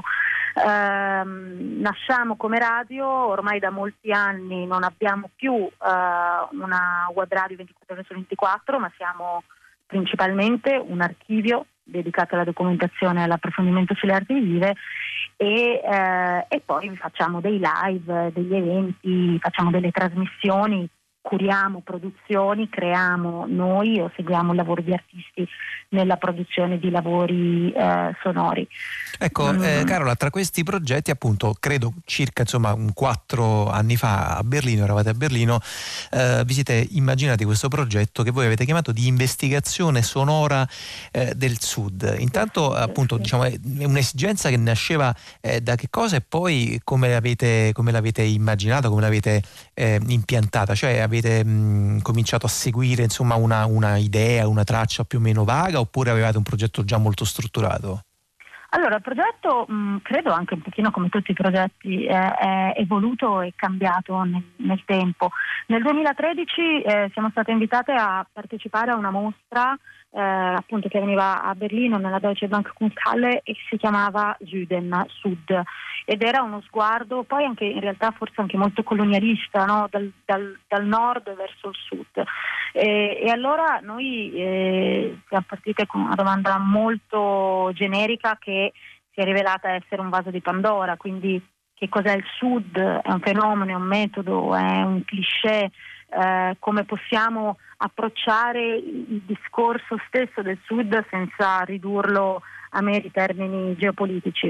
Uh, nasciamo come radio, ormai da molti anni non abbiamo più uh, una web radio ventiquattro ore su ventiquattro, ma siamo principalmente un archivio dedicato alla documentazione e all'approfondimento sulle arti visive e, uh, e poi facciamo dei live, degli eventi, facciamo delle trasmissioni, curiamo produzioni, creiamo noi o seguiamo il lavoro di artisti nella produzione di lavori eh, sonori. Ecco, mm. eh, Carola, tra questi progetti, appunto, credo circa insomma un quattro anni fa a Berlino, eravate a Berlino, eh, vi siete immaginati questo progetto che voi avete chiamato di investigazione sonora eh, del Sud. Intanto, appunto, diciamo, è un'esigenza che nasceva eh, da che cosa e poi come l'avete, come l'avete immaginata, come l'avete eh, impiantata? Cioè avete mh, cominciato a seguire insomma una, una idea, una traccia più o meno vaga, oppure avevate un progetto già molto strutturato? Allora, il progetto, mh, credo anche un pochino come tutti i progetti, eh, è evoluto e cambiato nel, nel tempo. Nel duemilatredici eh, siamo state invitate a partecipare a una mostra eh, appunto che veniva a Berlino nella Deutsche Bank Kunsthalle e si chiamava Süden, Sud, ed era uno sguardo poi anche in realtà forse anche molto colonialista, no? dal, dal, dal nord verso il sud. E, e allora noi eh, siamo partite con una domanda molto generica che si è rivelata essere un vaso di Pandora, quindi che cos'è il Sud? È un fenomeno, è un metodo, è un cliché, eh, come possiamo approcciare il discorso stesso del Sud senza ridurlo a meri termini geopolitici.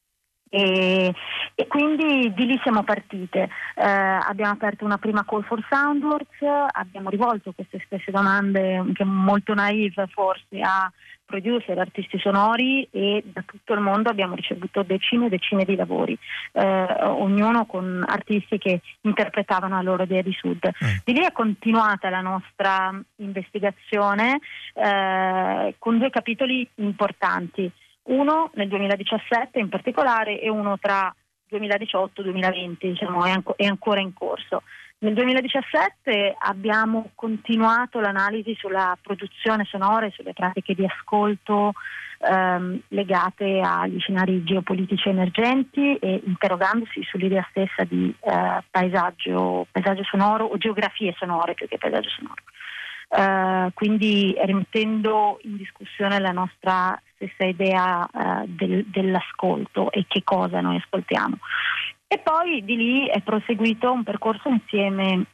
E, e quindi di lì siamo partite, eh, abbiamo aperto una prima call for soundworks, abbiamo rivolto queste stesse domande, anche molto naive forse, a producer, artisti sonori, e da tutto il mondo abbiamo ricevuto decine e decine di lavori, eh, ognuno con artisti che interpretavano la loro idea di Sud. Mm. Di lì è continuata la nostra investigazione eh, con due capitoli importanti. Uno nel duemiladiciassette in particolare e uno tra duemiladiciotto e duemilaventi, diciamo, è, anco, è ancora in corso. Nel duemiladiciassette abbiamo continuato l'analisi sulla produzione sonora e sulle pratiche di ascolto ehm, legate agli scenari geopolitici emergenti e interrogandosi sull'idea stessa di eh, paesaggio, paesaggio sonoro o geografie sonore più che paesaggio sonoro. Uh, quindi rimettendo in discussione la nostra stessa idea uh, del, dell'ascolto e che cosa noi ascoltiamo. E poi di lì è proseguito un percorso insieme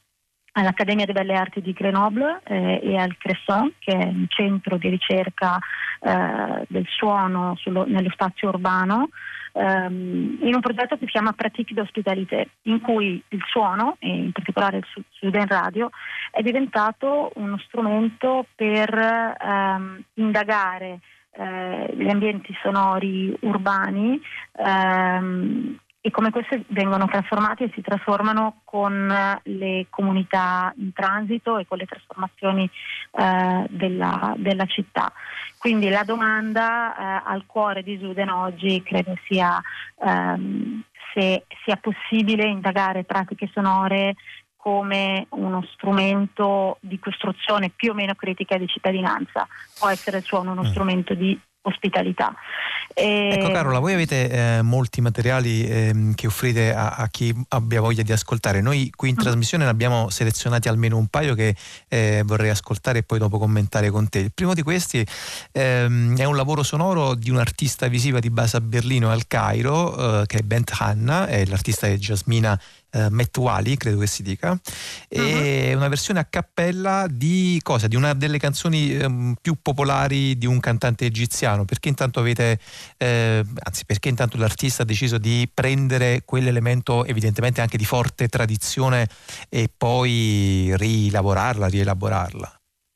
all'Accademia delle Belle Arti di Grenoble eh, e al Cresson, che è un centro di ricerca eh, del suono sullo, nello spazio urbano, ehm, in un progetto che si chiama Pratique d'Hospitalité, in cui il suono, e in particolare il Suden Radio, è diventato uno strumento per ehm, indagare eh, gli ambienti sonori urbani ehm, e come questi vengono trasformati e si trasformano con le comunità in transito e con le trasformazioni eh, della, della città. Quindi la domanda eh, al cuore di Suden oggi credo sia ehm, se sia possibile indagare pratiche sonore come uno strumento di costruzione più o meno critica di cittadinanza. Può essere il suono uno mm. strumento di ospitalità. E... Ecco Carola, voi avete eh, molti materiali eh, che offrite a, a chi abbia voglia di ascoltare. Noi qui in mm. trasmissione ne abbiamo selezionati almeno un paio che eh, vorrei ascoltare e poi dopo commentare con te. Il primo di questi ehm, è un lavoro sonoro di un'artista visiva di base a Berlino e al Cairo, eh, che è Bent Hanna, e l'artista è Jasmina Uh, Metwali, credo che si dica, e uh-huh. una versione a cappella di cosa? Di una delle canzoni um, più popolari di un cantante egiziano. Perché intanto avete eh, anzi perché intanto l'artista ha deciso di prendere quell'elemento evidentemente anche di forte tradizione e poi rilavorarla, rielaborarla?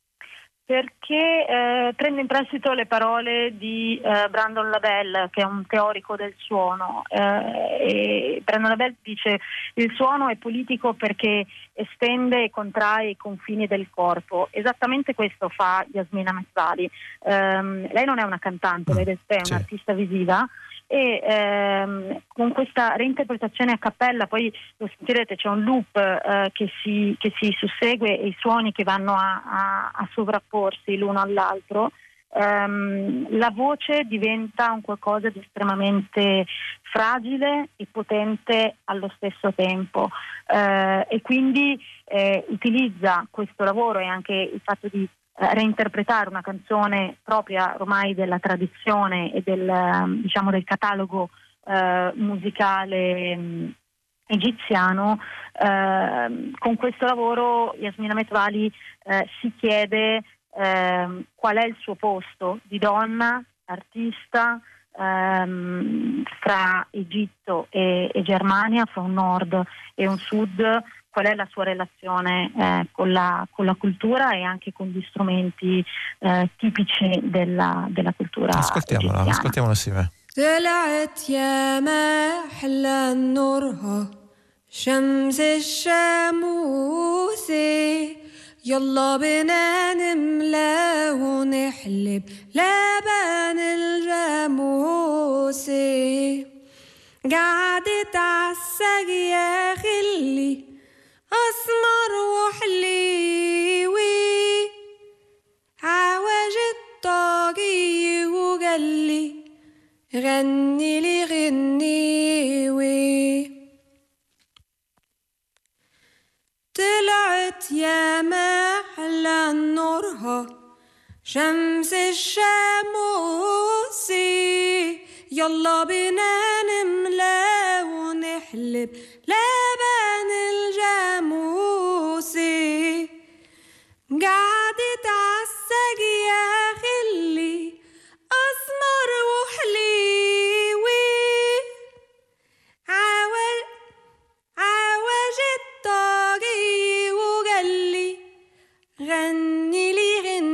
Perché eh, prende in prestito le parole di eh, Brandon Labelle, che è un teorico del suono. Eh, e Brandon Labelle dice: il suono è politico perché estende e contrae i confini del corpo. Esattamente questo fa Jasmina Metwali. Eh, lei non è una cantante, lei è sì. un'artista visiva, e ehm, con questa reinterpretazione a cappella, poi lo sentirete, c'è un loop eh, che, si, che si sussegue e i suoni che vanno a, a, a sovrapporsi l'uno all'altro. ehm, la voce diventa un qualcosa di estremamente fragile e potente allo stesso tempo, eh, e quindi eh, utilizza questo lavoro e anche il fatto di reinterpretare una canzone propria ormai della tradizione e del, diciamo, del catalogo eh, musicale mh, egiziano. Eh, con questo lavoro Jasmina Metwali eh, si chiede eh, qual è il suo posto di donna, artista, ehm, fra Egitto e, e Germania, fra un nord e un sud. Qual è la sua relazione eh, con, la, con la cultura e anche con gli strumenti eh, tipici della, della cultura ascoltiamola, egiziana. ascoltiamola assieme. طلعت يا ما أحلى نورها شمس الشموسي يلا بنا نملى ونحلب لبن الجاموسي قعدت عالسج يا خلي أسمر وحليوي عواج الطاقي وقالي غني لي غنيوي طلعت يا ما أحلى نورها شمس الشموسي يلا بنا نملى ونحلب لبن الجاموسي قعدت عالسج يا خلي أسمر وحليوي عواج عواج الطاقي وقالي غني لي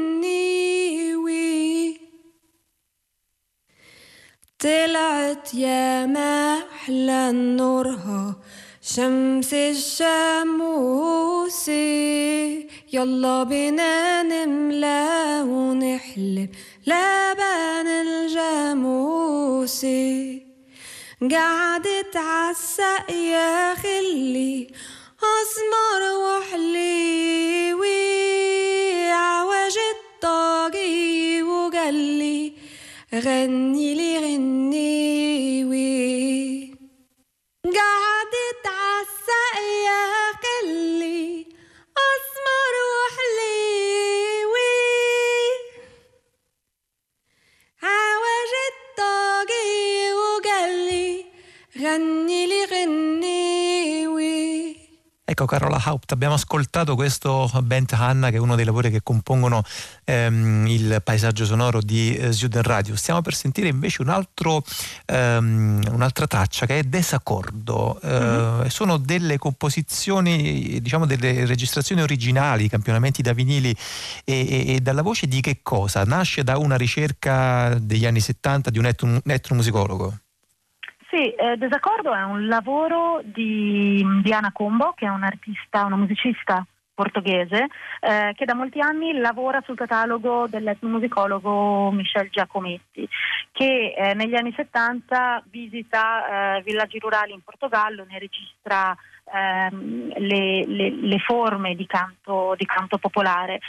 غنيوي طلعت يا ما أحلى نورها شمس الشموسي يلا بنا نملى ونحلب لبن الجاموسي قعدت عالسق يا خلي أسمر وحليوي عواج الطاقي وقالي غني لي غنيوي قعدت عالسق يا خلي أسمر وحليوي عواج الطاقي وقالي غني لي غنيوي. Ecco, Carola Haupt, abbiamo ascoltato questo Bent Hanna, che è uno dei lavori che compongono ehm, il paesaggio sonoro di eh, Judenradio. Stiamo per sentire invece un altro, ehm, un'altra traccia che è Desaccordo. Eh, mm-hmm. Sono delle composizioni, diciamo delle registrazioni originali, campionamenti da vinili e, e, e dalla voce di che cosa? Nasce da una ricerca degli anni settanta di un, etno, un etnomusicologo? Sì, eh, Desaccordo è un lavoro di Diana Combo, che è un'artista, una musicista portoghese, eh, che da molti anni lavora sul catalogo dell'etnomusicologo Michel Giacometti, che eh, negli anni settanta visita eh, villaggi rurali in Portogallo, ne registra ehm, le, le, le forme di canto, di canto popolare,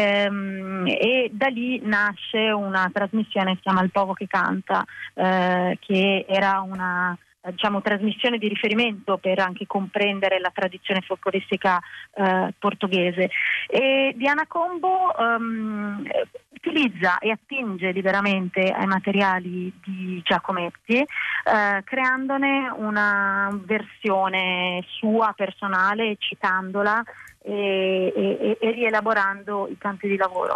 ehm, e da lì nasce una trasmissione che si chiama Il Povo che Canta, eh, che era una diciamo trasmissione di riferimento per anche comprendere la tradizione folcloristica eh, portoghese. E Diana Combo um, utilizza e attinge liberamente ai materiali di Giacometti, eh, creandone una versione sua personale, citandola e, e, e rielaborando i canti di lavoro.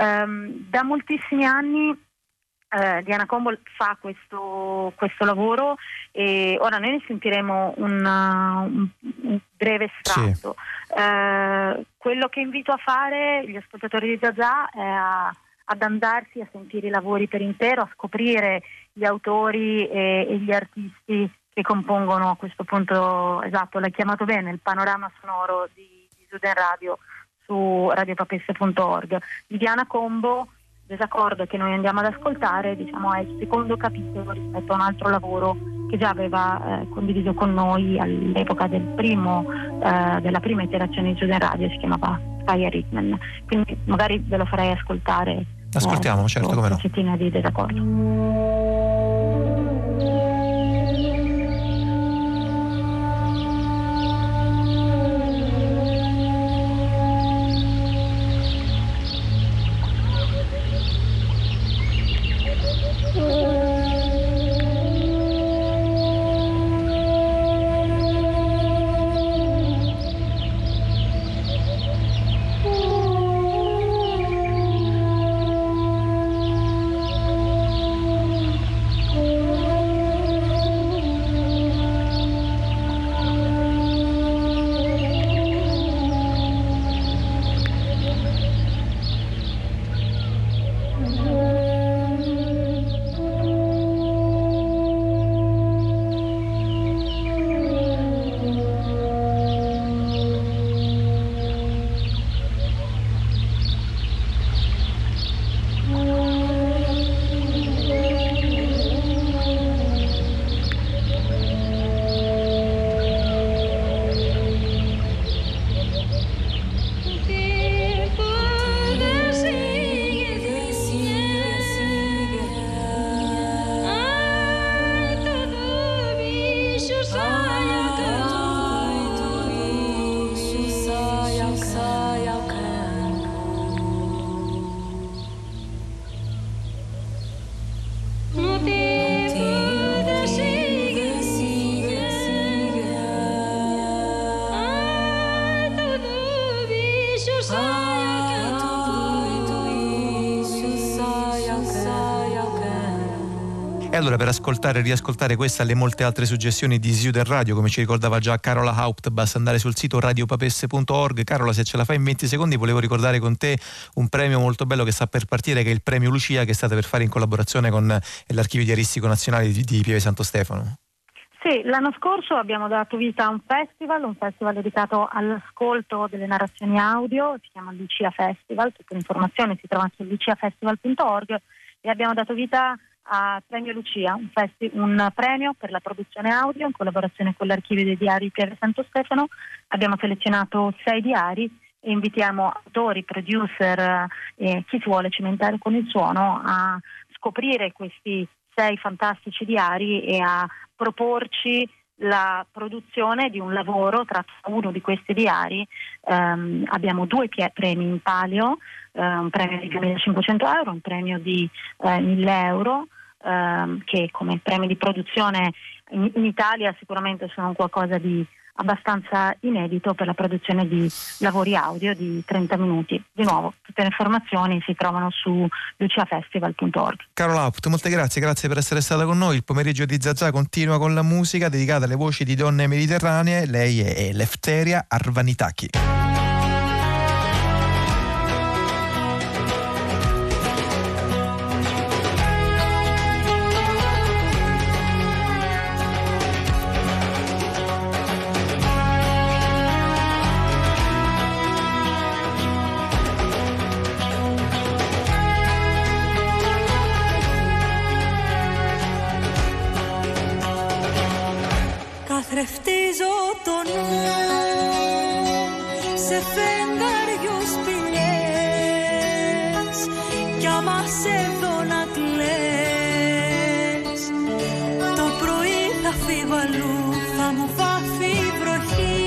Um, da moltissimi anni Uh, Diana Combo fa questo, questo lavoro e ora noi ne sentiremo un, un, un breve estratto. Sì. Uh, quello che invito a fare gli ascoltatori di Zazà è a, ad andarsi a sentire i lavori per intero, a scoprire gli autori e, e gli artisti che compongono a questo punto, esatto, l'hai chiamato bene, il panorama sonoro di, di Judenradio su radiopapesse punto org. Di Diana Combo, Desaccordo, che noi andiamo ad ascoltare, diciamo, è il secondo capitolo rispetto a un altro lavoro che già aveva eh, condiviso con noi all'epoca del primo, eh, della prima iterazione di Judenradio, si chiamava Fire Ritman. Quindi magari ve lo farei ascoltare. Ascoltiamo, eh, certo, come no. Pezzettina di Desaccordo. Allora, per ascoltare e riascoltare questa e le molte altre suggestioni di Judenradio, come ci ricordava già Carola Haupt, basta andare sul sito radiopapesse punto org. Carola, se ce la fai in venti secondi, volevo ricordare con te un premio molto bello che sta per partire, che è il premio Lucia, che state per fare in collaborazione con l'Archivio Diaristico Nazionale di, di Pieve Santo Stefano. Sì, l'anno scorso abbiamo dato vita a un festival, un festival dedicato all'ascolto delle narrazioni audio, si chiama Lucia Festival, tutte le informazioni si trovano su lucia festival punto org, e abbiamo dato vita a Premio Lucia, un, festi- un premio per la produzione audio in collaborazione con l'Archivio dei Diari Pieve Santo Stefano. Abbiamo selezionato sei diari e invitiamo autori, producer e eh, chi si vuole cimentare con il suono a scoprire questi sei fantastici diari e a proporci la produzione di un lavoro tratto da uno di questi diari. Um, abbiamo due pie- premi in palio, uh, un premio di duemilacinquecento euro, un premio di uh, mille euro, um, che come premi di produzione in, in Italia sicuramente sono qualcosa di abbastanza inedito per la produzione di lavori audio di trenta minuti. Di nuovo, tutte le informazioni si trovano su luciafestival punto org. Carola Apt, molte grazie, grazie per essere stata con noi. Il pomeriggio di Zazà continua con la musica dedicata alle voci di donne mediterranee. Lei è Eleftheria Arvanitaki. Καθρεφτίζω το νου σε φεγγαριούς σπηλιές κι άμα σε δω να κλαις το πρωί θα φύγω αλλού, θα μου βάφει η βροχή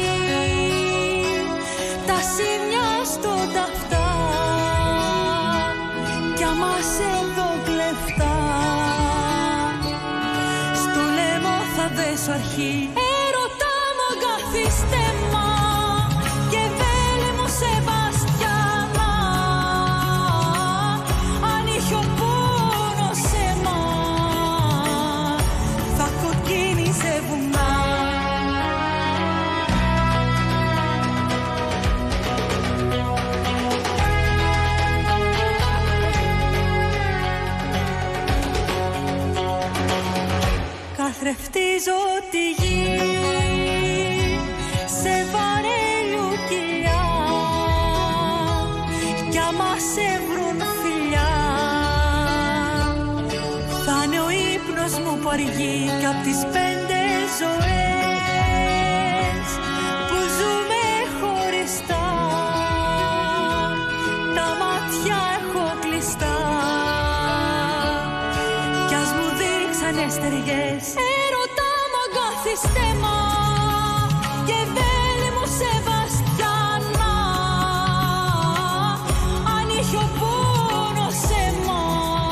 τα σύνια στο ταυτά κι άμα σε δω κλεφτά στο λαιμό θα δέσω αρχή. Καθρεφτίζω τη γη σε βαρέλιου κοιλιά κι άμα σε βρουν φιλιά θα είναι ο ύπνος μου που αργεί κι απ' τις πέντε ζωές που ζούμε χωριστά τα μάτια έχω κλειστά κι ας μου δείξανε στεριές. Στέμα και βέλη μου Σεβαστιανά αν είχε ο πόνος αίμα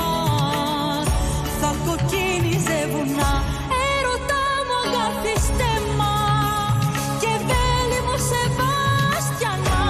θα κοκκίνιζε βουνά. Έρωτα μου αγκάθι στέμα και βέλη μου Σεβαστιανά.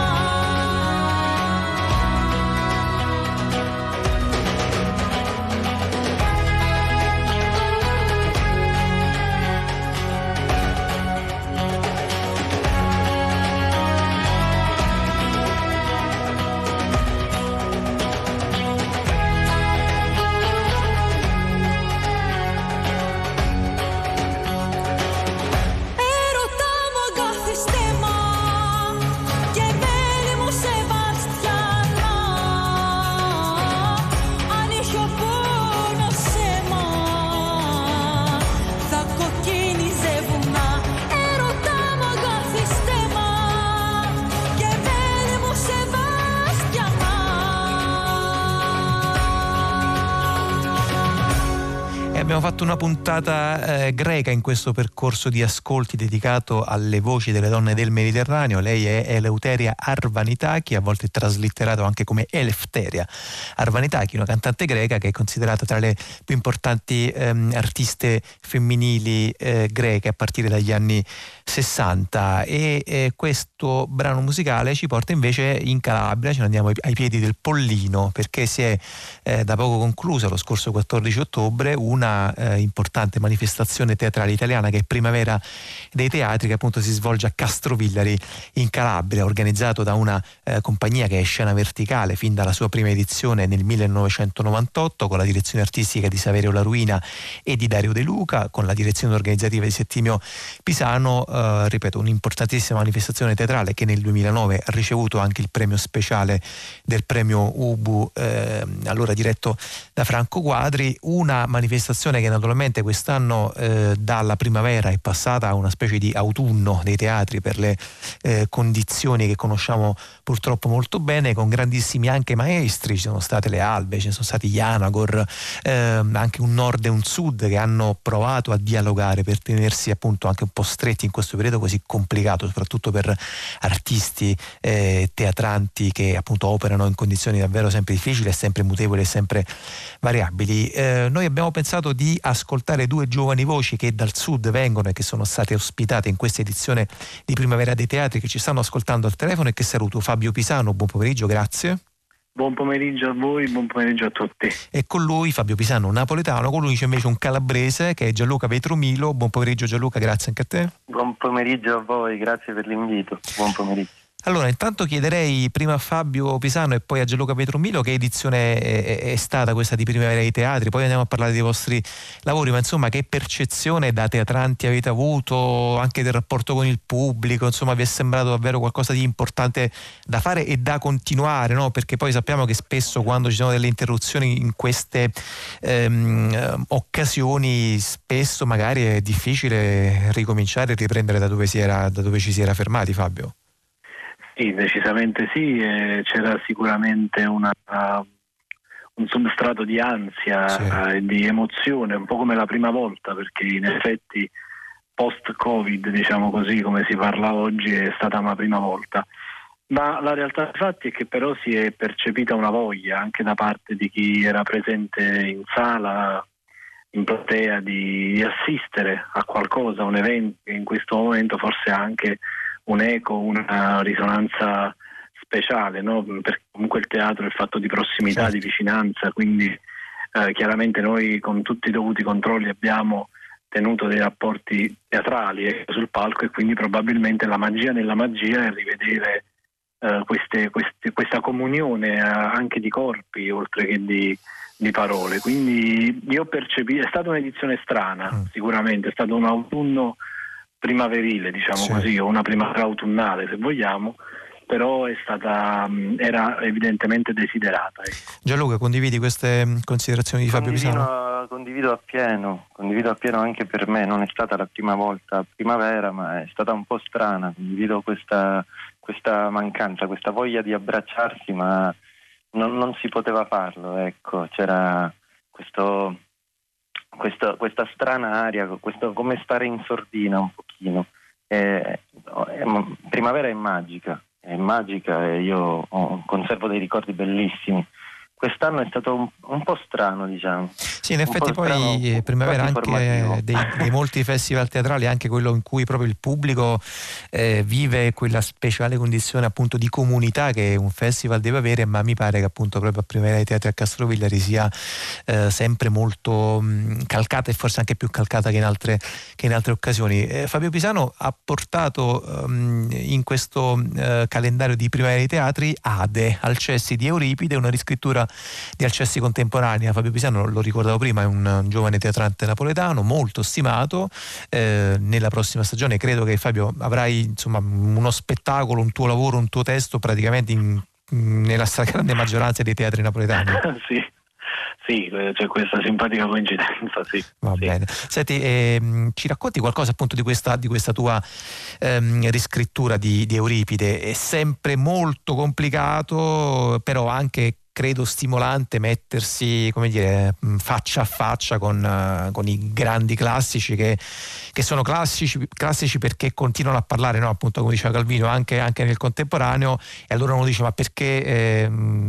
Abbiamo fatto una puntata eh, greca in questo percorso di ascolti dedicato alle voci delle donne del Mediterraneo. Lei è Eleftheria Arvanitaki, a volte traslitterato anche come Eleftheria Arvanitaki, una cantante greca che è considerata tra le più importanti ehm, artiste femminili eh, greche a partire dagli anni sessanta, e eh, questo brano musicale ci porta invece in Calabria. Ce ne andiamo ai, ai piedi del Pollino, perché si è eh, da poco conclusa lo scorso quattordici ottobre una Eh, importante manifestazione teatrale italiana che è Primavera dei Teatri, che appunto si svolge a Castrovillari in Calabria, organizzato da una eh, compagnia che è Scena Verticale fin dalla sua prima edizione nel millenovecentonovantotto, con la direzione artistica di Saverio Laruina e di Dario De Luca, con la direzione organizzativa di Settimio Pisano. Eh, ripeto, un'importantissima manifestazione teatrale che nel duemilanove ha ricevuto anche il premio speciale del premio Ubu, eh, allora diretto da Franco Quadri. Una manifestazione che naturalmente quest'anno eh, dalla primavera è passata a una specie di autunno dei teatri per le eh, condizioni che conosciamo purtroppo molto bene, con grandissimi anche maestri. Ci sono state le Albe, ci sono stati gli Anagor, eh, anche un nord e un sud che hanno provato a dialogare per tenersi appunto anche un po' stretti in questo periodo così complicato, soprattutto per artisti eh, teatranti che appunto operano in condizioni davvero sempre difficili e sempre mutevoli e sempre variabili. Eh, noi abbiamo pensato capitato di ascoltare due giovani voci che dal sud vengono e che sono state ospitate in questa edizione di Primavera dei Teatri, che ci stanno ascoltando al telefono e che saluto. Fabio Pisano, buon pomeriggio, grazie. Buon pomeriggio a voi, buon pomeriggio a tutti. E con lui Fabio Pisano, un napoletano, con lui c'è invece un calabrese che è Gianluca Vetromilo. Buon pomeriggio Gianluca, grazie anche a te. Buon pomeriggio a voi, grazie per l'invito. Buon pomeriggio. Allora, intanto chiederei prima a Fabio Pisano e poi a Gianluca Vetromilo che edizione è, è stata questa di Primavera dei Teatri, poi andiamo a parlare dei vostri lavori, ma insomma che percezione da teatranti avete avuto anche del rapporto con il pubblico? Insomma, vi è sembrato davvero qualcosa di importante da fare e da continuare, no? Perché poi sappiamo che spesso quando ci sono delle interruzioni in queste ehm, occasioni, spesso magari è difficile ricominciare e riprendere da dove si era, da dove ci si era fermati, Fabio. Sì, decisamente sì, eh, c'era sicuramente una, uh, un substrato di ansia sì. e uh, di emozione, un po' come la prima volta, perché in effetti post-Covid, diciamo così, come si parla oggi, è stata una prima volta. Ma la realtà dei fatti è che però si è percepita una voglia anche da parte di chi era presente in sala, in platea, di assistere a qualcosa, a un evento che in questo momento forse ha anche un eco, una risonanza speciale, no? Perché comunque il teatro è fatto di prossimità, certo. di vicinanza, quindi eh, chiaramente noi con tutti i dovuti controlli abbiamo tenuto dei rapporti teatrali eh, sul palco, e quindi probabilmente la magia nella magia è rivedere eh, queste, queste, questa comunione eh, anche di corpi oltre che di, di parole. Quindi io percepito, è stata un'edizione strana, mm. sicuramente, è stato un autunno primaverile, diciamo sì. così, o una primavera autunnale se vogliamo, però è stata, era evidentemente desiderata. Ecco. Gianluca, condividi queste considerazioni di Fabio Pisano? Condivido appieno, condivido appieno anche per me, non è stata la prima volta primavera, ma è stata un po' strana, condivido questa, questa mancanza, questa voglia di abbracciarsi, ma non, non si poteva farlo, ecco, c'era questo... Questa, questa strana aria, questo come stare in sordina un pochino. Eh, eh, primavera è magica, è magica e io oh, conservo dei ricordi bellissimi. Quest'anno è stato un, un po' strano, diciamo. Sì, in effetti poi strano, primavera anche dei, dei molti festival teatrali, anche quello in cui proprio il pubblico eh, vive quella speciale condizione appunto di comunità che un festival deve avere, ma mi pare che appunto proprio a Primavera dei Teatri a Castrovillari sia eh, sempre molto mh, calcata, e forse anche più calcata che in altre, che in altre occasioni. Eh, Fabio Pisano ha portato um, in questo uh, calendario di Primavera dei Teatri Ade, Alcesti di Euripide, una riscrittura di Alcesti contemporanea. Fabio Pisano, lo ricordavo prima, è un giovane teatrante napoletano molto stimato. Eh, nella prossima stagione credo che, Fabio, avrai insomma uno spettacolo, un tuo lavoro, un tuo testo praticamente in, nella stragrande maggioranza dei teatri napoletani. Sì. Sì, c'è questa simpatica coincidenza, sì. Va sì. bene. Senti, ehm, ci racconti qualcosa appunto di questa, di questa tua ehm, riscrittura di, di Euripide? È sempre molto complicato, però anche credo stimolante mettersi, come dire, faccia a faccia con, uh, con i grandi classici che, che sono classici, classici perché continuano a parlare, no? Appunto come diceva Calvino, anche, anche nel contemporaneo, e allora uno dice ma perché eh,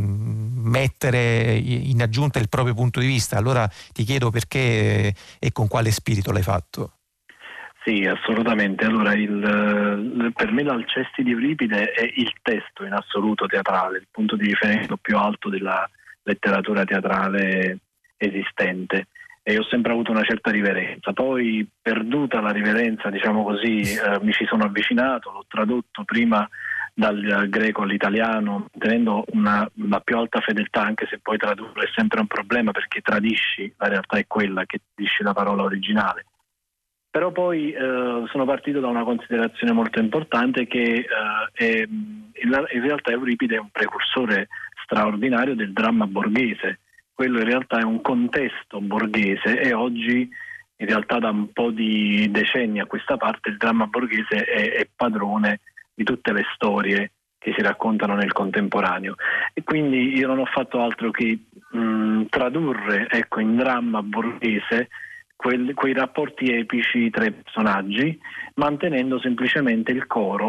mettere in aggiunta il proprio punto di vista? Allora ti chiedo perché eh, e con quale spirito l'hai fatto? Sì, assolutamente. Allora, il, per me l'Alcesti di Euripide è il testo in assoluto teatrale, il punto di riferimento più alto della letteratura teatrale esistente, e ho sempre avuto una certa riverenza. Poi, perduta la riverenza, diciamo così, eh, mi ci sono avvicinato, l'ho tradotto prima dal greco all'italiano, tenendo una, una più alta fedeltà, anche se poi tradurre è sempre un problema perché tradisci, la realtà è quella che tradisci la parola originale. Però poi eh, sono partito da una considerazione molto importante, che eh, è, in realtà Euripide è un precursore straordinario del dramma borghese. Quello in realtà è un contesto borghese, e oggi in realtà da un po' di decenni a questa parte il dramma borghese è, è padrone di tutte le storie che si raccontano nel contemporaneo. E quindi io non ho fatto altro che mh, tradurre, ecco, in dramma borghese Quei, quei rapporti epici tra i personaggi, mantenendo semplicemente il coro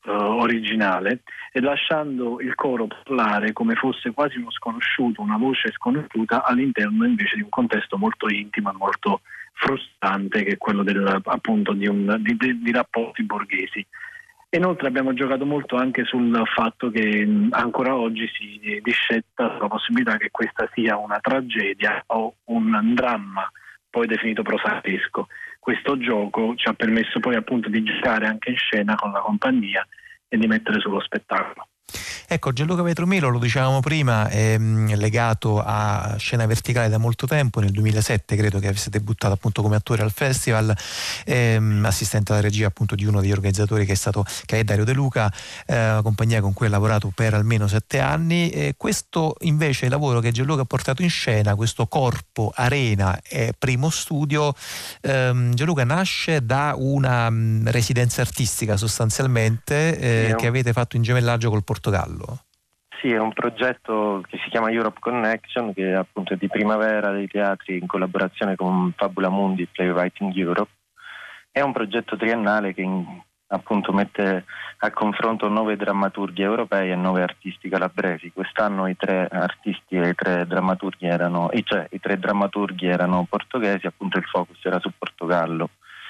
uh, originale e lasciando il coro parlare come fosse quasi uno sconosciuto, una voce sconosciuta all'interno invece di un contesto molto intimo e molto frustrante, che è quello del, appunto di, un, di, di, di rapporti borghesi. Inoltre abbiamo giocato molto anche sul fatto che mh, ancora oggi si discetta sulla possibilità che questa sia una tragedia o un dramma poi definito prosaico. Questo gioco ci ha permesso poi appunto di giocare anche in scena con la compagnia e di mettere sullo spettacolo. Ecco, Gianluca Vetromilo, lo dicevamo prima, è mh, legato a Scena Verticale da molto tempo. Nel duemilasette credo che avesse debuttato appunto come attore al festival, ehm, assistente alla regia appunto di uno degli organizzatori che è stato che è Dario De Luca, eh, compagnia con cui ha lavorato per almeno sette anni. E questo invece è il lavoro che Gianluca ha portato in scena, questo Corpo Arena e Primo Studio. ehm, Gianluca, nasce da una mh, residenza artistica sostanzialmente, eh, Sì, che avete fatto in gemellaggio col Portogallo. Sì, è un progetto che si chiama Europe Connection, che appunto è di Primavera dei teatri in collaborazione con Fabula Mundi Playwriting Europe. È un progetto triennale che in, appunto mette a confronto nove drammaturghi europei e nove artisti calabresi. Quest'anno i tre artisti e i tre drammaturghi erano, cioè i tre drammaturghi erano portoghesi, appunto il focus era su Portogallo.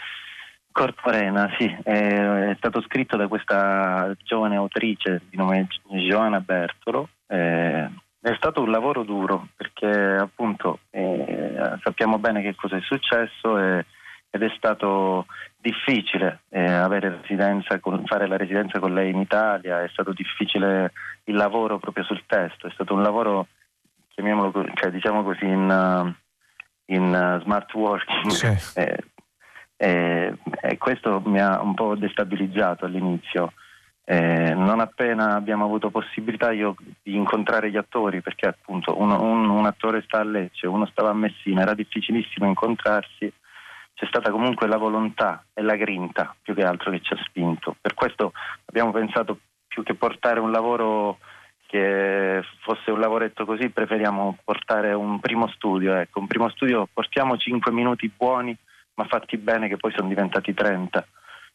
Corpo Arena, sì, è, è stato scritto da questa giovane autrice di nome Joana Bertolo. Eh, è stato un lavoro duro perché appunto eh, sappiamo bene che cosa è successo e, ed è stato difficile eh, avere residenza con, fare la residenza con lei in Italia, è stato difficile il lavoro proprio sul testo, è stato un lavoro, chiamiamolo cioè, diciamo così, in, in uh, smart working. Sì. Eh, E, e questo mi ha un po' destabilizzato all'inizio. Eh, non appena abbiamo avuto possibilità io di incontrare gli attori, perché appunto uno, un, un attore sta a Lecce, uno stava a Messina, era difficilissimo incontrarsi, c'è stata comunque la volontà e la grinta più che altro che ci ha spinto. Per questo abbiamo pensato, più che portare un lavoro che fosse un lavoretto così, preferiamo portare un primo studio, ecco, un primo studio, portiamo cinque minuti buoni ma fatti bene, che poi sono diventati trenta.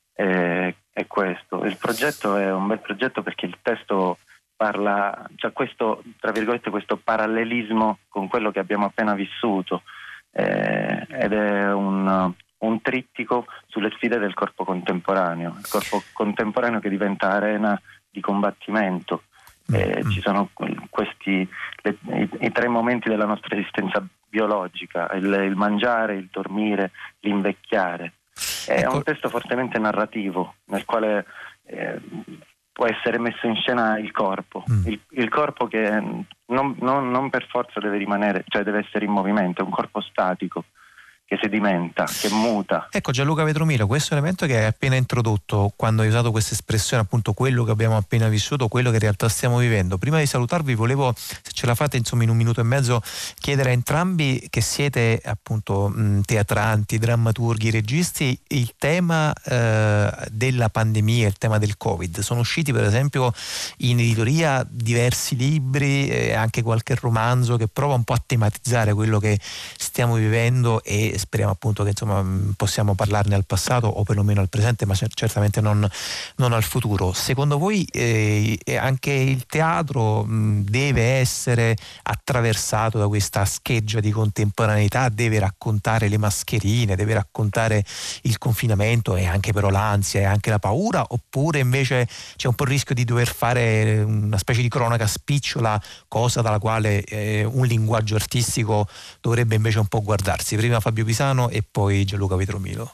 E, e questo, il progetto è un bel progetto perché il testo parla, cioè questo, tra virgolette, questo parallelismo con quello che abbiamo appena vissuto, eh, ed è un, un trittico sulle sfide del corpo contemporaneo, il corpo contemporaneo che diventa arena di combattimento. Eh, ci sono questi le, i, i tre momenti della nostra esistenza biologica, il, il mangiare, il dormire, l'invecchiare. È ecco. un testo fortemente narrativo nel quale eh, può essere messo in scena il corpo, mm. il, il corpo che non, non, non per forza deve rimanere, cioè deve essere in movimento, è un corpo statico che sedimenta, che muta. Ecco Gianluca Vetromilo, questo elemento che hai appena introdotto quando hai usato questa espressione, appunto quello che abbiamo appena vissuto, quello che in realtà stiamo vivendo. Prima di salutarvi volevo, se ce la fate insomma in un minuto e mezzo, chiedere a entrambi, che siete appunto mh, teatranti, drammaturghi, registi, il tema eh, della pandemia, il tema del Covid. Sono usciti per esempio in editoria diversi libri e anche qualche romanzo che prova un po' a tematizzare quello che stiamo vivendo, e speriamo appunto che insomma possiamo parlarne al passato o perlomeno al presente, ma certamente non, non al futuro. Secondo voi eh, anche il teatro mh, deve essere attraversato da questa scheggia di contemporaneità, deve raccontare le mascherine, deve raccontare il confinamento e anche però l'ansia e anche la paura, oppure invece c'è un po' il rischio di dover fare una specie di cronaca spicciola, cosa dalla quale eh, un linguaggio artistico dovrebbe invece un po' guardarsi? Prima Fabio Pisano e poi Gianluca Vetromilo.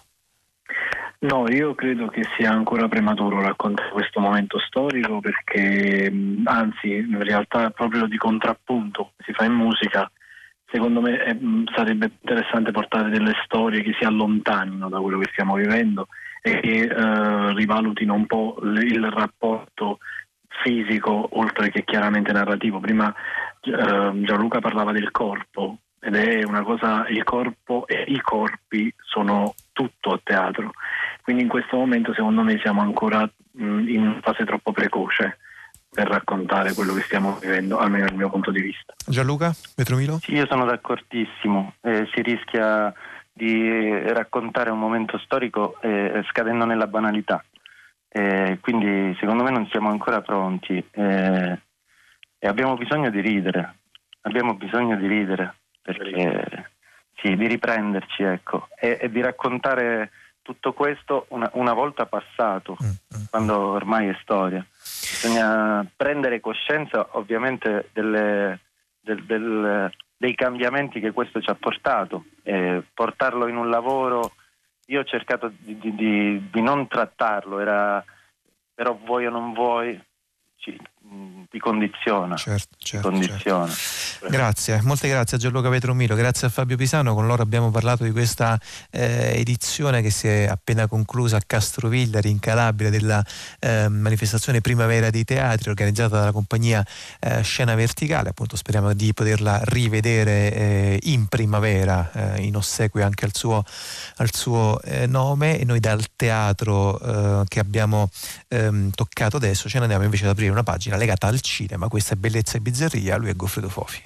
No, io credo che sia ancora prematuro raccontare questo momento storico, perché anzi in realtà proprio di contrappunto si fa in musica. Secondo me è, sarebbe interessante portare delle storie che si allontanino da quello che stiamo vivendo e che eh, rivalutino un po' il rapporto fisico oltre che chiaramente narrativo. Prima eh, Gianluca parlava del corpo, ed è una cosa, il corpo e i corpi sono tutto a teatro, quindi in questo momento secondo me siamo ancora mh, in una fase troppo precoce per raccontare quello che stiamo vivendo, almeno dal mio punto di vista. Gianluca Vetromilo? Sì, io sono d'accordissimo, eh, si rischia di raccontare un momento storico eh, scadendo nella banalità. e quindi secondo me non siamo ancora pronti e, e abbiamo bisogno di ridere, abbiamo bisogno di ridere perché sì, di riprenderci, ecco, e, e di raccontare tutto questo una, una volta passato, mm-hmm. quando ormai è storia. Bisogna prendere coscienza ovviamente delle, del, del, dei cambiamenti che questo ci ha portato, e portarlo in un lavoro. Io ho cercato di, di, di, di non trattarlo, era però vuoi o non vuoi ci, ti condiziona. Certo, certo, condiziona. Certo. Grazie, molte grazie a Gianluca Vetromilo, grazie a Fabio Pisano. Con loro abbiamo parlato di questa eh, edizione che si è appena conclusa a Castrovillari in Calabria della eh, manifestazione Primavera dei Teatri organizzata dalla compagnia eh, Scena Verticale. Appunto speriamo di poterla rivedere eh, in primavera, eh, in ossequio anche al suo, al suo eh, nome, e noi dal teatro eh, che abbiamo ehm, toccato adesso ce ne andiamo invece ad aprire una pagina legata al cinema. Questa è Bellezza e Bizzarria, lui è Goffredo Fofi.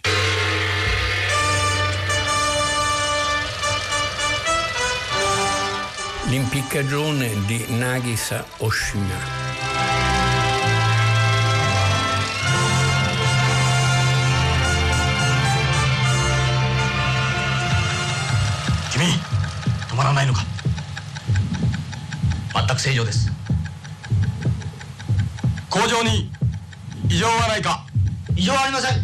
L'impiccagione di Nagisa Oshima. Kimi, 止まらないのか。全く正常です。工場に異常はないか。異常はありません。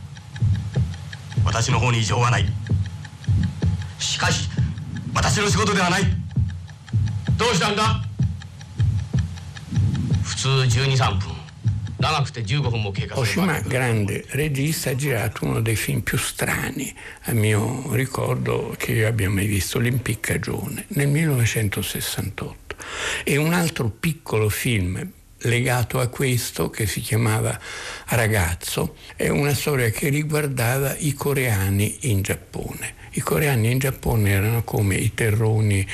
私の方に異常はない。しかし私の仕事ではない。どうしたんだ。普通じゅうに、さんぷん、長くてじゅうごふんも経過する。 Oshima, grande regista, ha girato uno dei film più strani a mio ricordo che io abbia mai visto, L'impiccagione, nel millenovecentosessantotto, e un altro piccolo film legato a questo che si chiamava Ragazzo, è una storia che riguardava i coreani in Giappone. I coreani in Giappone erano come i terroni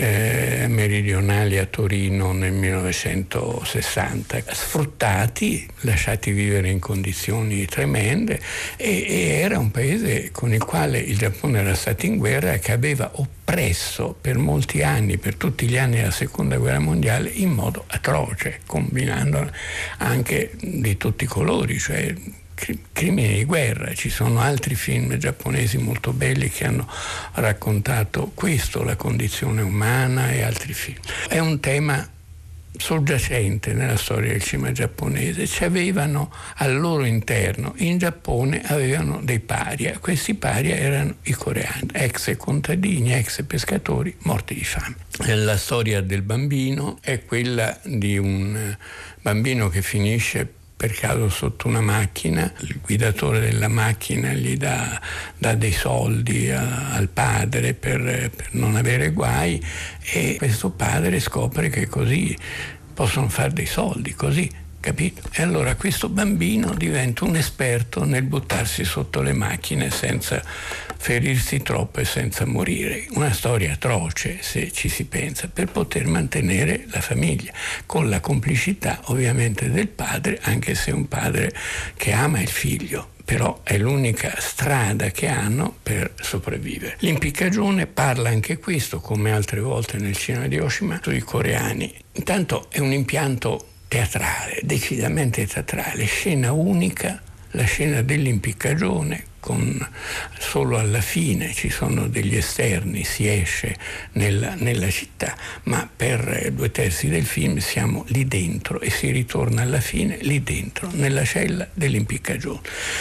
eh, meridionali a Torino nel millenovecentosessanta, sfruttati, lasciati vivere in condizioni tremende, e, e era un paese con il quale il Giappone era stato in guerra e che aveva oppresso per molti anni, per tutti gli anni della seconda guerra mondiale, in modo atroce, combinando anche di tutti i colori, cioè crimini di guerra. Ci sono altri film giapponesi molto belli che hanno raccontato questo, la condizione umana, e altri film. È un tema soggiacente nella storia del cinema giapponese. Ci avevano al loro interno, in Giappone avevano dei paria. Questi paria erano i coreani, ex contadini, ex pescatori morti di fame. La storia del bambino è quella di un bambino che finisce per caso sotto una macchina. Il guidatore della macchina gli dà, dà dei soldi a, al padre per, per non avere guai, e questo padre scopre che così possono fare dei soldi, così, capito? E allora questo bambino diventa un esperto nel buttarsi sotto le macchine senza ferirsi troppo e senza morire. Una storia atroce, se ci si pensa, per poter mantenere la famiglia, con la complicità ovviamente del padre, anche se è un padre che ama il figlio, però è l'unica strada che hanno per sopravvivere. L'impiccagione parla anche questo, come altre volte nel cinema di Oshima, sui coreani. Intanto è un impianto teatrale, decisamente teatrale, scena unica, la scena dell'impiccagione, con solo alla fine ci sono degli esterni, si esce nella, nella città, ma per due terzi del film siamo lì dentro e si ritorna alla fine lì dentro, nella cella dell'impiccagione.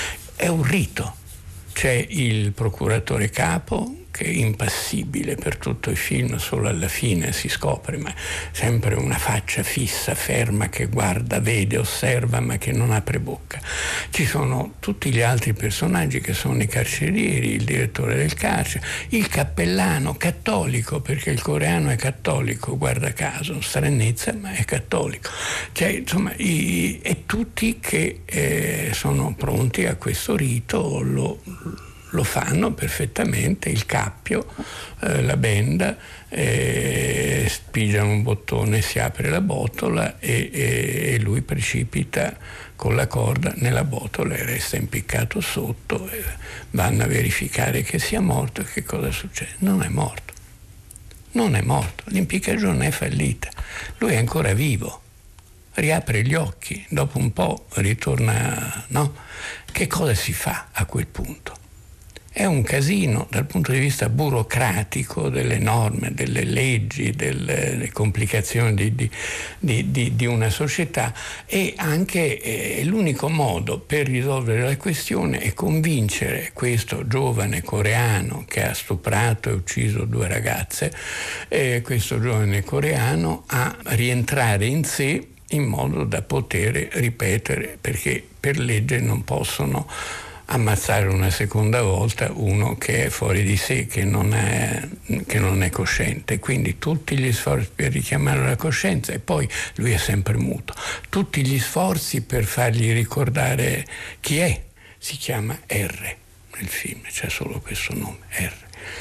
È un rito. C'è il procuratore capo che è impassibile per tutto il film, solo alla fine si scopre, ma sempre una faccia fissa, ferma, che guarda, vede, osserva, ma che non apre bocca. Ci sono tutti gli altri personaggi che sono i carcerieri, il direttore del carcere, il cappellano cattolico, perché il coreano è cattolico, guarda caso, stranezza, ma è cattolico. Cioè, insomma, i, e tutti che eh, sono pronti a questo rito lo lo fanno perfettamente. Il cappio, eh, la benda, eh, spigiano un bottone, si apre la botola e, e, e lui precipita con la corda nella botola e resta impiccato sotto. E vanno a verificare che sia morto, e che cosa succede? Non è morto. Non è morto. L'impiccagione è fallita. Lui è ancora vivo. riapre gli occhi, dopo un po' ritorna, no? Che cosa si fa a quel punto? È un casino dal punto di vista burocratico delle norme, delle leggi, delle complicazioni di, di, di, di, di una società, e anche eh, l'unico modo per risolvere la questione è convincere questo giovane coreano che ha stuprato e ucciso due ragazze, eh, questo giovane coreano a rientrare in sé in modo da poter ripetere, perché per legge non possono ammazzare una seconda volta uno che è fuori di sé, che non è, che non è cosciente. Quindi tutti gli sforzi per richiamare la coscienza, e poi lui è sempre muto, tutti gli sforzi per fargli ricordare chi è. Si chiama R nel film, c'è solo questo nome, R,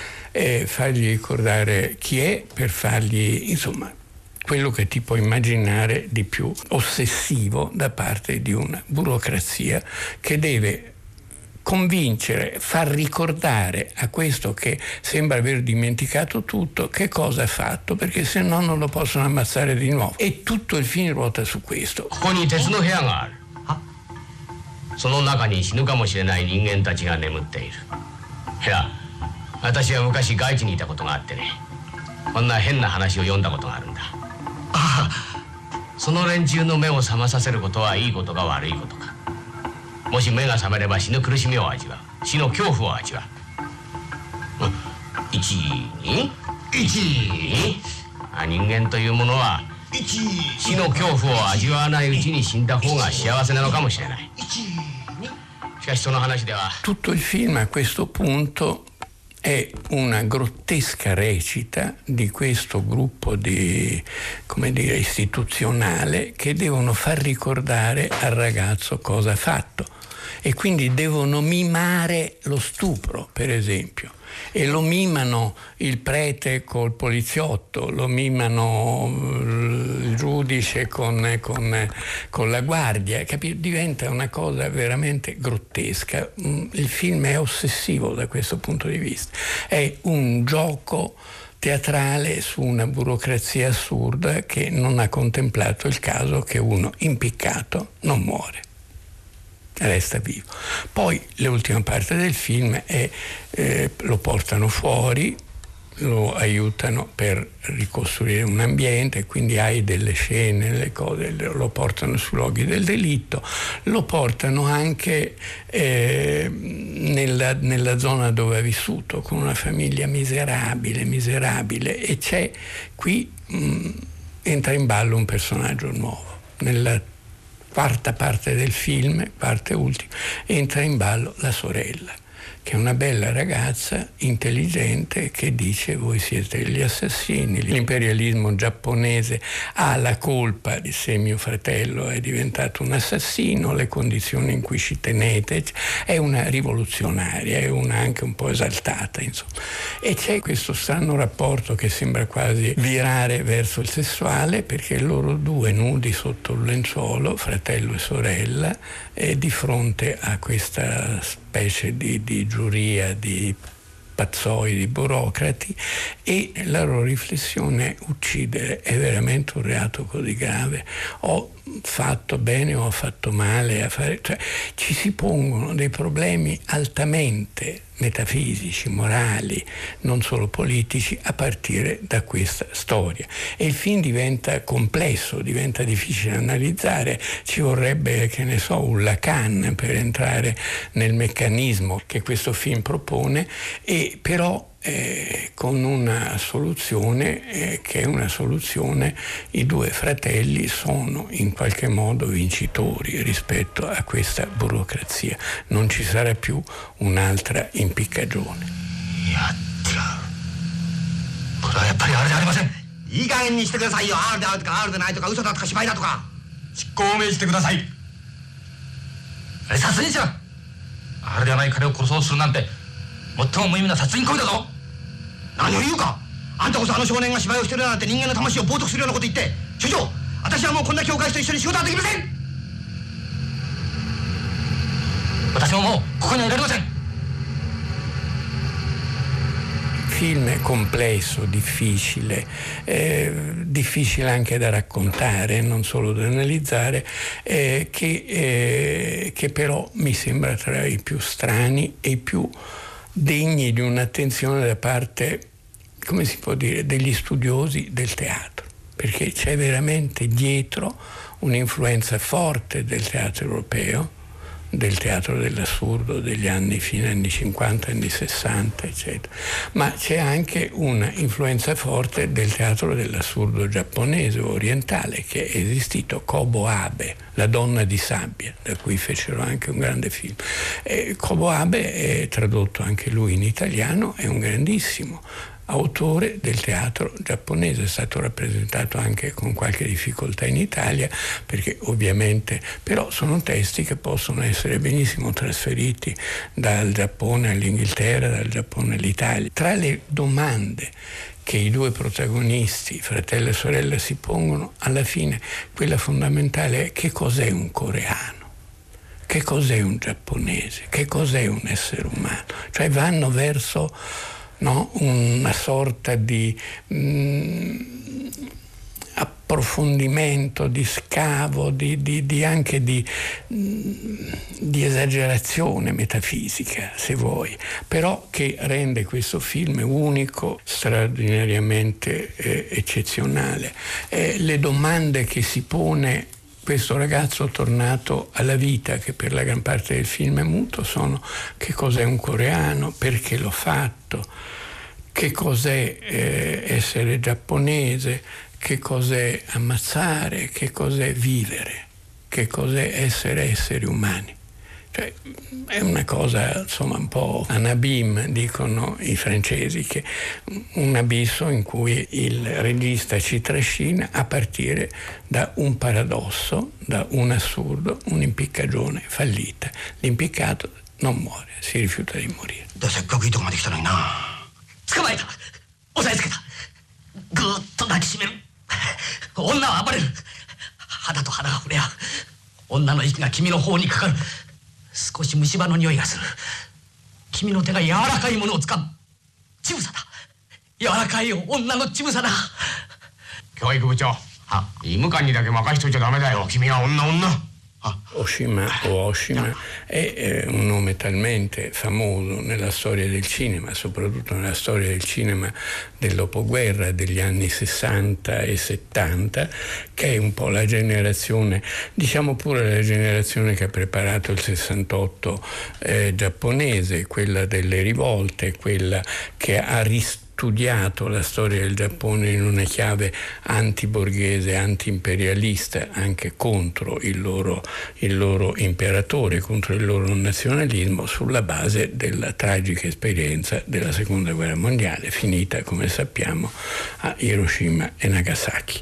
e fargli ricordare chi è, per fargli, insomma, quello che ti puoi immaginare di più ossessivo da parte di una burocrazia che deve convincere, far ricordare a questo che sembra aver dimenticato tutto che cosa ha fatto, perché se no non lo possono ammazzare di nuovo. E tutto il film ruota su questo. ここに鉄の部屋がある。その中に死ぬかもしれない人間たちが眠っている。いや、私は昔外地にいたことがあってね、こんな変な話を読んだことがあるんだ。ああ、その連中の目を覚まさせることはいいことか悪いことか。もし目が覚めれば死ぬ苦しみを味わう、死の恐怖を味わう。一に一にあ、人間というものは死の恐怖を味わわないうちに死んだ方が幸せなのかもしれない。しかしその話では Tutto il film a questo punto è una grottesca recita di questo gruppo di, come dire, istituzionale, che devono far ricordare al ragazzo cosa ha fatto, e quindi devono mimare lo stupro, per esempio, e lo mimano il prete col poliziotto, lo mimano il giudice con, con, con la guardia, capito? Diventa una cosa veramente grottesca. Il film è ossessivo da questo punto di vista, è un gioco teatrale su una burocrazia assurda che non ha contemplato il caso che uno impiccato non muore, resta vivo. Poi l'ultima parte del film è eh, lo portano fuori, lo aiutano per ricostruire un ambiente, quindi hai delle scene, le cose, lo portano sui luoghi del delitto, lo portano anche eh, nella, nella zona dove ha vissuto, con una famiglia miserabile, miserabile, e c'è qui mh, entra in ballo un personaggio nuovo. Nella quarta parte del film, parte ultima, entra in ballo la sorella, che è una bella ragazza intelligente che dice: voi siete gli assassini, l'imperialismo giapponese ha la colpa di se mio fratello è diventato un assassino, le condizioni in cui ci tenete. È una rivoluzionaria, è una anche un po' esaltata, insomma. E c'è questo strano rapporto che sembra quasi virare verso il sessuale, perché loro due nudi sotto il lenzuolo, fratello e sorella, e di fronte a questa specie di, di giuria di pazzoi, di burocrati, e la loro riflessione: uccidere è veramente un reato così grave? Ho fatto bene o ho fatto male a fare? Cioè, ci si pongono dei problemi altamente metafisici, morali, non solo politici, a partire da questa storia. E il film diventa complesso, diventa difficile analizzare, ci vorrebbe, che ne so, un Lacan per entrare nel meccanismo che questo film propone, e però eh, con una soluzione eh, che è una soluzione: i due fratelli sono in qualche modo vincitori rispetto a questa burocrazia, non ci sarà più un'altra impiccagione. これはやっぱりあれじゃありません。いい加減にしてくださいよ。あるであるとかあるでないとか、嘘だとか芝居だとか。執行を命じてください。殺人者、あれではない彼を殺そうとするなんて最も無意味な殺人行為だぞ。何を言うか。あんたこそあの少年が芝居をしてるなんて人間の魂を冒涜するようなこと言って、所長、私はもうこんな教会と一緒に仕事はできません。私ももうここにはいられません。 Il film complesso, difficile, eh, difficile anche da raccontare, non solo da analizzare, eh, che, eh, che però mi sembra tra i più strani e i più degni di un'attenzione da parte, come si può dire, degli studiosi del teatro, perché c'è veramente dietro un'influenza forte del teatro europeo, del teatro dell'assurdo degli anni fine anni cinquanta, anni sessanta, eccetera. Ma c'è anche una influenza forte del teatro dell'assurdo giapponese o orientale, che è esistito, Kobo Abe, La donna di sabbia, da cui fecero anche un grande film. E Kobo Abe è tradotto anche lui in italiano, è un grandissimo autore del teatro giapponese, è stato rappresentato anche con qualche difficoltà in Italia, perché ovviamente però sono testi che possono essere benissimo trasferiti dal Giappone all'Inghilterra, dal Giappone all'Italia. Tra le domande che i due protagonisti, fratello e sorella, si pongono, alla fine quella fondamentale è: che cos'è un coreano? Che cos'è un giapponese? Che cos'è un essere umano? Cioè vanno verso, no, una sorta di mh, approfondimento, di scavo, di, di, di anche di, mh, di esagerazione metafisica, se vuoi, però che rende questo film unico, straordinariamente eh, eccezionale. Eh, le domande che si pone questo ragazzo tornato alla vita, che per la gran parte del film è muto, sono: che cos'è un coreano, perché l'ho fatto, che cos'è eh, essere giapponese, che cos'è ammazzare, che cos'è vivere, che cos'è essere esseri umani. Cioè, è una cosa, insomma, un po' un abîme, dicono i francesi, che un abisso in cui il regista ci trascina a partire da un paradosso, da un assurdo, un'impiccagione fallita. L'impiccato non muore, si rifiuta di morire. せっかくいいとこまで来たのにな。捕まえた、押さえつけた、ぐーっと抱きしめる。女は暴れる。肌と肌が触れ合う。女の息が君の方にかかる。少し虫歯の匂いがする。君の手が柔らかいものを掴む。乳房だ。柔らかい女の乳房だ。 教育部長、医務官にだけ任しといちゃダメだよ。君は女女。 Oshima o Oshima è eh, un nome talmente famoso nella storia del cinema, soprattutto nella storia del cinema del dopoguerra degli anni sessanta e settanta, che è un po' la generazione, diciamo pure la generazione che ha preparato il sessantotto eh, giapponese, quella delle rivolte, quella che ha ristrutturato studiato la storia del Giappone in una chiave anti-borghese, anti-imperialista, anche contro il loro, il loro imperatore, contro il loro nazionalismo, sulla base della tragica esperienza della Seconda Guerra Mondiale, finita, come sappiamo, a Hiroshima e Nagasaki.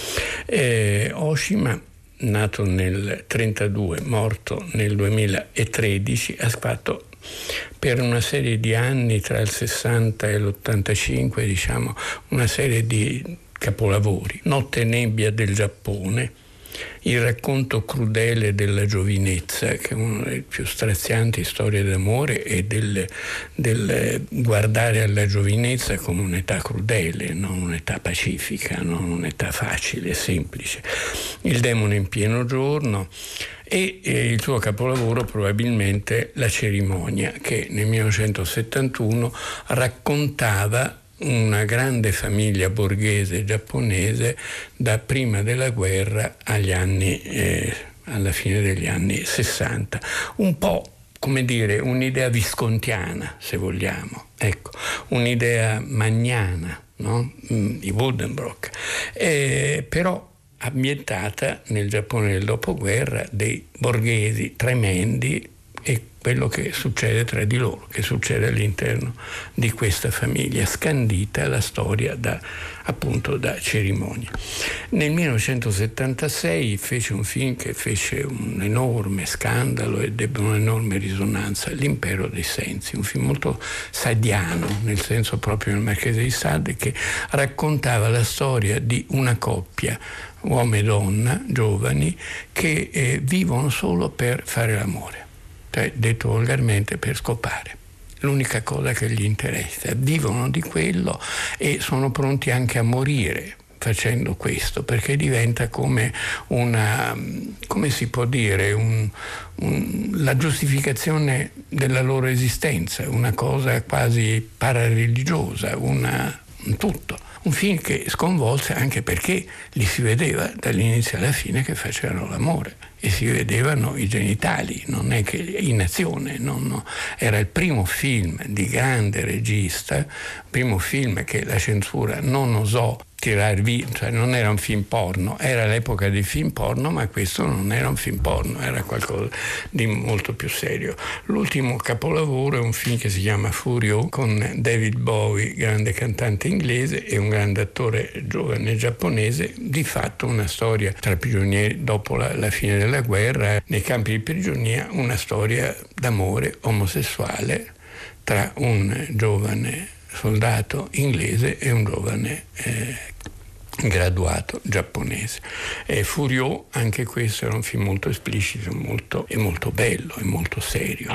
Eh, Oshima, nato nel trentadue, morto nel duemilatredici, ha fatto per una serie di anni, tra il sessanta e l'ottantacinque, diciamo, una serie di capolavori. Notte e nebbia del Giappone, Il racconto crudele della giovinezza, che è una delle più strazianti storie d'amore, e del, del guardare alla giovinezza come un'età crudele, non un'età pacifica, non un'età facile, semplice. Il demone in pieno giorno. E eh, il suo capolavoro probabilmente La cerimonia, che nel millenovecentosettantuno raccontava una grande famiglia borghese giapponese da prima della guerra agli anni, eh, alla fine degli anni sessanta. Un po', come dire, un'idea viscontiana, se vogliamo, ecco, un'idea magnana, no? Mm, i Buddenbrook. Eh, però ambientata nel Giappone del dopoguerra, dei borghesi tremendi, e quello che succede tra di loro, che succede all'interno di questa famiglia, scandita la storia da, appunto, da cerimonia. Nel millenovecentosettantasei fece un film che fece un enorme scandalo ed ebbe un'enorme risonanza, L'impero dei sensi, un film molto sadiano, nel senso proprio del Marchese di Sade, che raccontava la storia di una coppia, uomo e donna, giovani, che eh, vivono solo per fare l'amore. Cioè, detto volgarmente, per scopare. l'unica cosa che gli interessa, vivono di quello e sono pronti anche a morire facendo questo, perché diventa come una, come si può dire, un, un, la giustificazione della loro esistenza, una cosa quasi parareligiosa, una, un tutto. Un film che sconvolse anche perché li si vedeva dall'inizio alla fine che facevano l'amore e si vedevano i genitali, non è che in azione, non, no. Era il primo film di grande regista, primo film che la censura non osò tirar via, cioè non era un film porno, era l'epoca dei film porno, ma questo non era un film porno, era qualcosa di molto più serio. L'ultimo capolavoro è un film che si chiama Furio, con David Bowie, grande cantante inglese, e un grande attore giovane giapponese, di fatto una storia tra prigionieri dopo la, la fine della guerra, nei campi di prigionia, una storia d'amore omosessuale tra un giovane soldato inglese e un giovane eh, graduato giapponese. E Furio, anche questo era un film molto esplicito, molto, e molto bello e molto serio.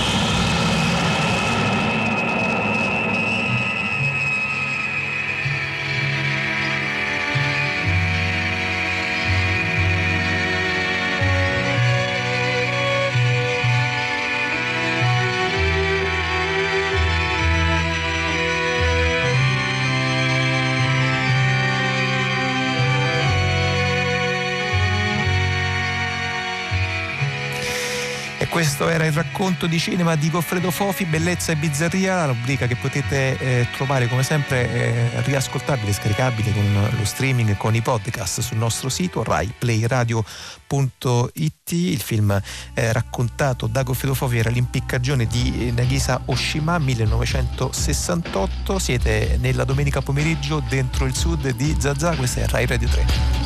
Questo era il racconto di cinema di Goffredo Fofi, Bellezza e Bizzarria, la rubrica che potete eh, trovare come sempre eh, riascoltabile, scaricabile con lo streaming e con i podcast sul nostro sito rai play radio punto it. Il film eh, raccontato da Goffredo Fofi era L'impiccagione di Nagisa Oshima, millenovecentosessantotto. Siete nella domenica pomeriggio dentro il sud di Zazà, questa è Rai Radio tre.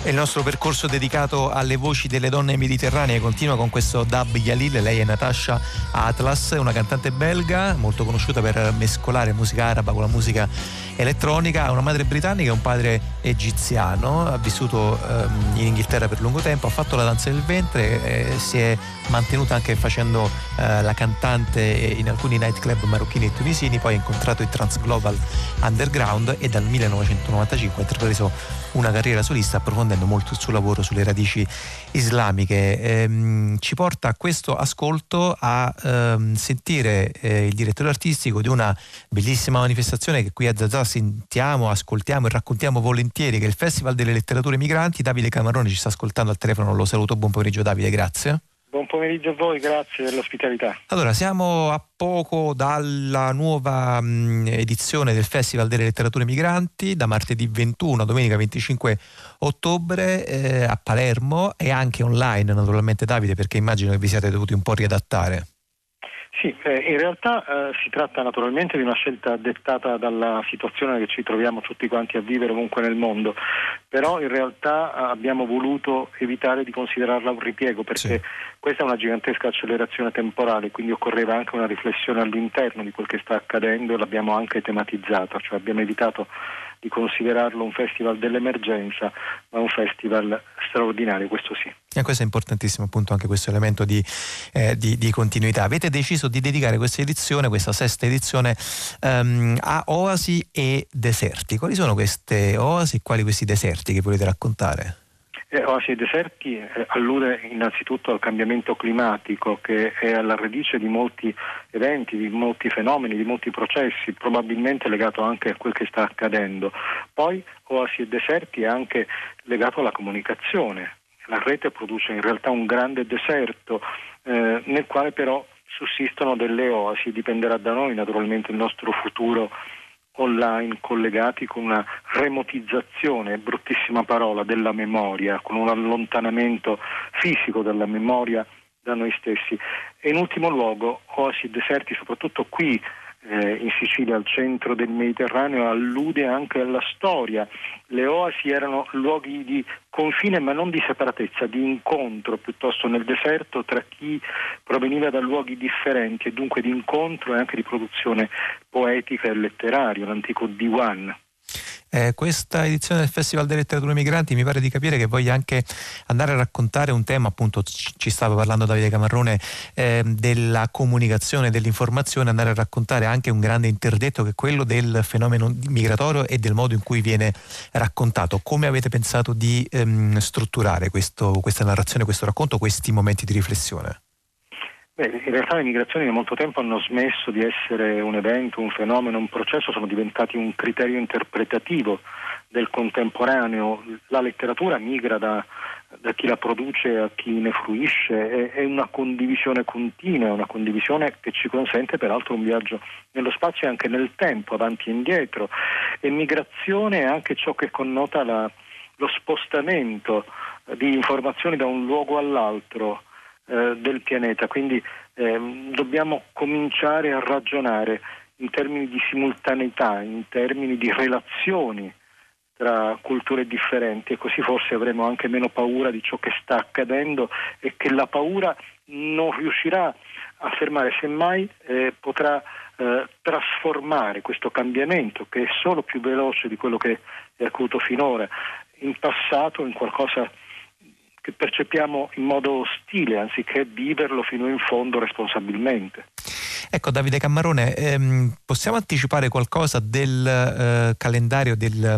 Il nostro percorso dedicato alle voci delle donne mediterranee continua con questo Dab Yalil. Lei è Natasha Atlas, una cantante belga molto conosciuta per mescolare musica araba con la musica elettronica. Ha una madre britannica e un padre egiziano, ha vissuto ehm, in Inghilterra per lungo tempo, ha fatto la danza del ventre, eh, si è mantenuta anche facendo eh, la cantante in alcuni nightclub marocchini e tunisini, poi ha incontrato il Trans Global Underground e dal millenovecentonovantacinque ha intrapreso una carriera solista, approfondendo molto il suo lavoro sulle radici islamiche. Ehm, ci porta a questo ascolto a ehm, sentire eh, il direttore artistico di una bellissima manifestazione che qui a Zazà sentiamo, ascoltiamo e raccontiamo volentieri, che è il Festival delle Letterature Migranti. Davide Camarone ci sta ascoltando al telefono, lo saluto. Buon pomeriggio Davide, grazie. Buon pomeriggio a voi, grazie dell'ospitalità. Allora, siamo a poco dalla nuova mh, edizione del Festival delle Letterature Migranti, da martedì ventuno a domenica venticinque ottobre eh, a Palermo, e anche online naturalmente, Davide, perché immagino che vi siate dovuti un po' riadattare. Sì, eh, in realtà eh, si tratta naturalmente di una scelta dettata dalla situazione che ci troviamo tutti quanti a vivere ovunque nel mondo, però in realtà eh, abbiamo voluto evitare di considerarla un ripiego, perché sì, questa è una gigantesca accelerazione temporale, quindi occorreva anche una riflessione all'interno di quel che sta accadendo, e l'abbiamo anche tematizzata, cioè abbiamo evitato di considerarlo un festival dell'emergenza, ma un festival straordinario, questo sì. E questo è importantissimo, appunto, anche questo elemento di, eh, di, di continuità. Avete deciso di dedicare questa edizione, questa sesta edizione, um, a oasi e deserti. Quali sono queste oasi e quali questi deserti che volete raccontare? Eh, oasi e deserti eh, allude innanzitutto al cambiamento climatico, che è alla radice di molti eventi, di molti fenomeni, di molti processi, probabilmente legato anche a quel che sta accadendo. Poi oasi e deserti è anche legato alla comunicazione. La rete produce in realtà un grande deserto eh, nel quale però sussistono delle oasi. Dipenderà da noi naturalmente il nostro futuro online, collegati con una remotizzazione, bruttissima parola, della memoria, con un allontanamento fisico della memoria da noi stessi. E in ultimo luogo oasi e deserti, soprattutto qui eh, in Sicilia, al centro del Mediterraneo, allude anche alla storia. Le oasi erano luoghi di confine, ma non di separatezza, di incontro piuttosto nel deserto tra chi proveniva da luoghi differenti, e dunque di incontro e anche di produzione poetica e letteraria, l'antico Diwan. Eh, questa edizione del Festival delle Letterature Migranti mi pare di capire che voglia anche andare a raccontare un tema, appunto ci stava parlando Davide Camarone, eh, della comunicazione, dell'informazione, andare a raccontare anche un grande interdetto, che è quello del fenomeno migratorio e del modo in cui viene raccontato. Come avete pensato di ehm, strutturare questo, questa narrazione, questo racconto, questi momenti di riflessione? Beh, in realtà le migrazioni da molto tempo hanno smesso di essere un evento, un fenomeno, un processo, sono diventati un criterio interpretativo del contemporaneo. La letteratura migra da, da chi la produce a chi ne fruisce, è, è una condivisione continua, una condivisione che ci consente peraltro un viaggio nello spazio e anche nel tempo, avanti e indietro. E migrazione è anche ciò che connota la, lo spostamento di informazioni da un luogo all'altro del pianeta, quindi ehm, dobbiamo cominciare a ragionare in termini di simultaneità, in termini di relazioni tra culture differenti, e così forse avremo anche meno paura di ciò che sta accadendo, e che la paura non riuscirà a fermare, semmai eh, potrà eh, trasformare questo cambiamento, che è solo più veloce di quello che è accaduto finora in passato, in qualcosa che percepiamo in modo ostile, anziché viverlo fino in fondo responsabilmente. Ecco Davide Camarone, ehm, possiamo anticipare qualcosa del eh, calendario, del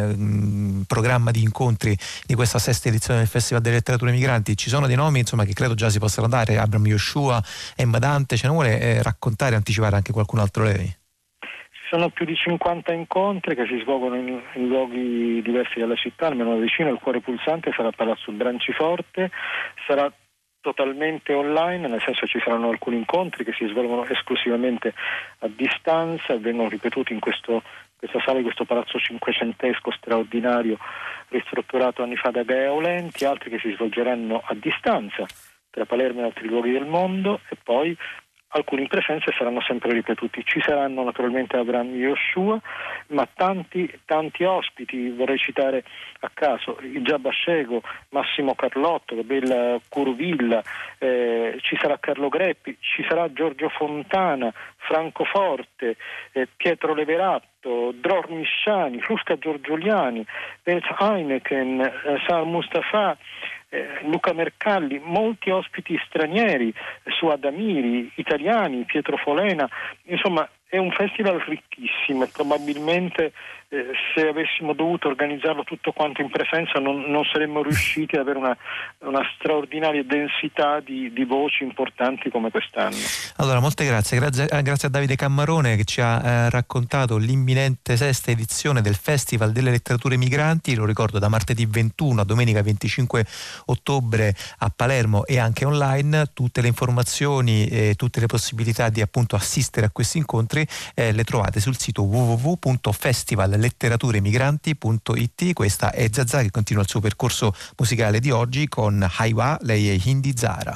um, programma di incontri di questa sesta edizione del Festival delle Letterature Migranti? Ci sono dei nomi, insomma, che credo già si possano dare: Abram Yoshua, Emma Dante. Ce ne vuole eh, raccontare, anticipare anche qualcun altro lei? Sono più di cinquanta incontri che si svolgono in, in luoghi diversi della città, almeno vicino. Il cuore pulsante sarà a Palazzo Branciforte, sarà totalmente online, nel senso ci saranno alcuni incontri che si svolgono esclusivamente a distanza e vengono ripetuti in questo, questa sala di questo palazzo cinquecentesco straordinario ristrutturato anni fa da Gaia Aulenti, altri che si svolgeranno a distanza tra Palermo e altri luoghi del mondo, e poi alcuni in presenza saranno sempre ripetuti. Ci saranno naturalmente Abraham Yoshua, ma tanti, tanti ospiti, vorrei citare a caso il Giabba Scego, Massimo Carlotto, Bella Curvilla, eh, ci sarà Carlo Greppi, ci sarà Giorgio Fontana, Franco Forte, eh, Pietro Leveratto, Dror Misciani, Frusca Giorgioliani, Benz Heineken, eh, Sal Mustafa, Eh, Luca Mercalli, molti ospiti stranieri, Suad Amiri, italiani, Pietro Folena, insomma è un festival ricchissimo e probabilmente eh, se avessimo dovuto organizzarlo tutto quanto in presenza non, non saremmo riusciti ad avere una, una straordinaria densità di, di voci importanti come quest'anno. Allora, molte grazie, grazie, grazie a Davide Cammarone che ci ha eh, raccontato l'imminente sesta edizione del Festival delle Letterature Migranti, lo ricordo da martedì ventuno a domenica venticinque ottobre a Palermo e anche online. Tutte le informazioni e tutte le possibilità di appunto assistere a questi incontri eh, le trovate sul sito w w w punto festival letteraturemigranti punto i t. Questa è Zazà che continua il suo percorso musicale di oggi con Haiwa, lei è Hindi Zara.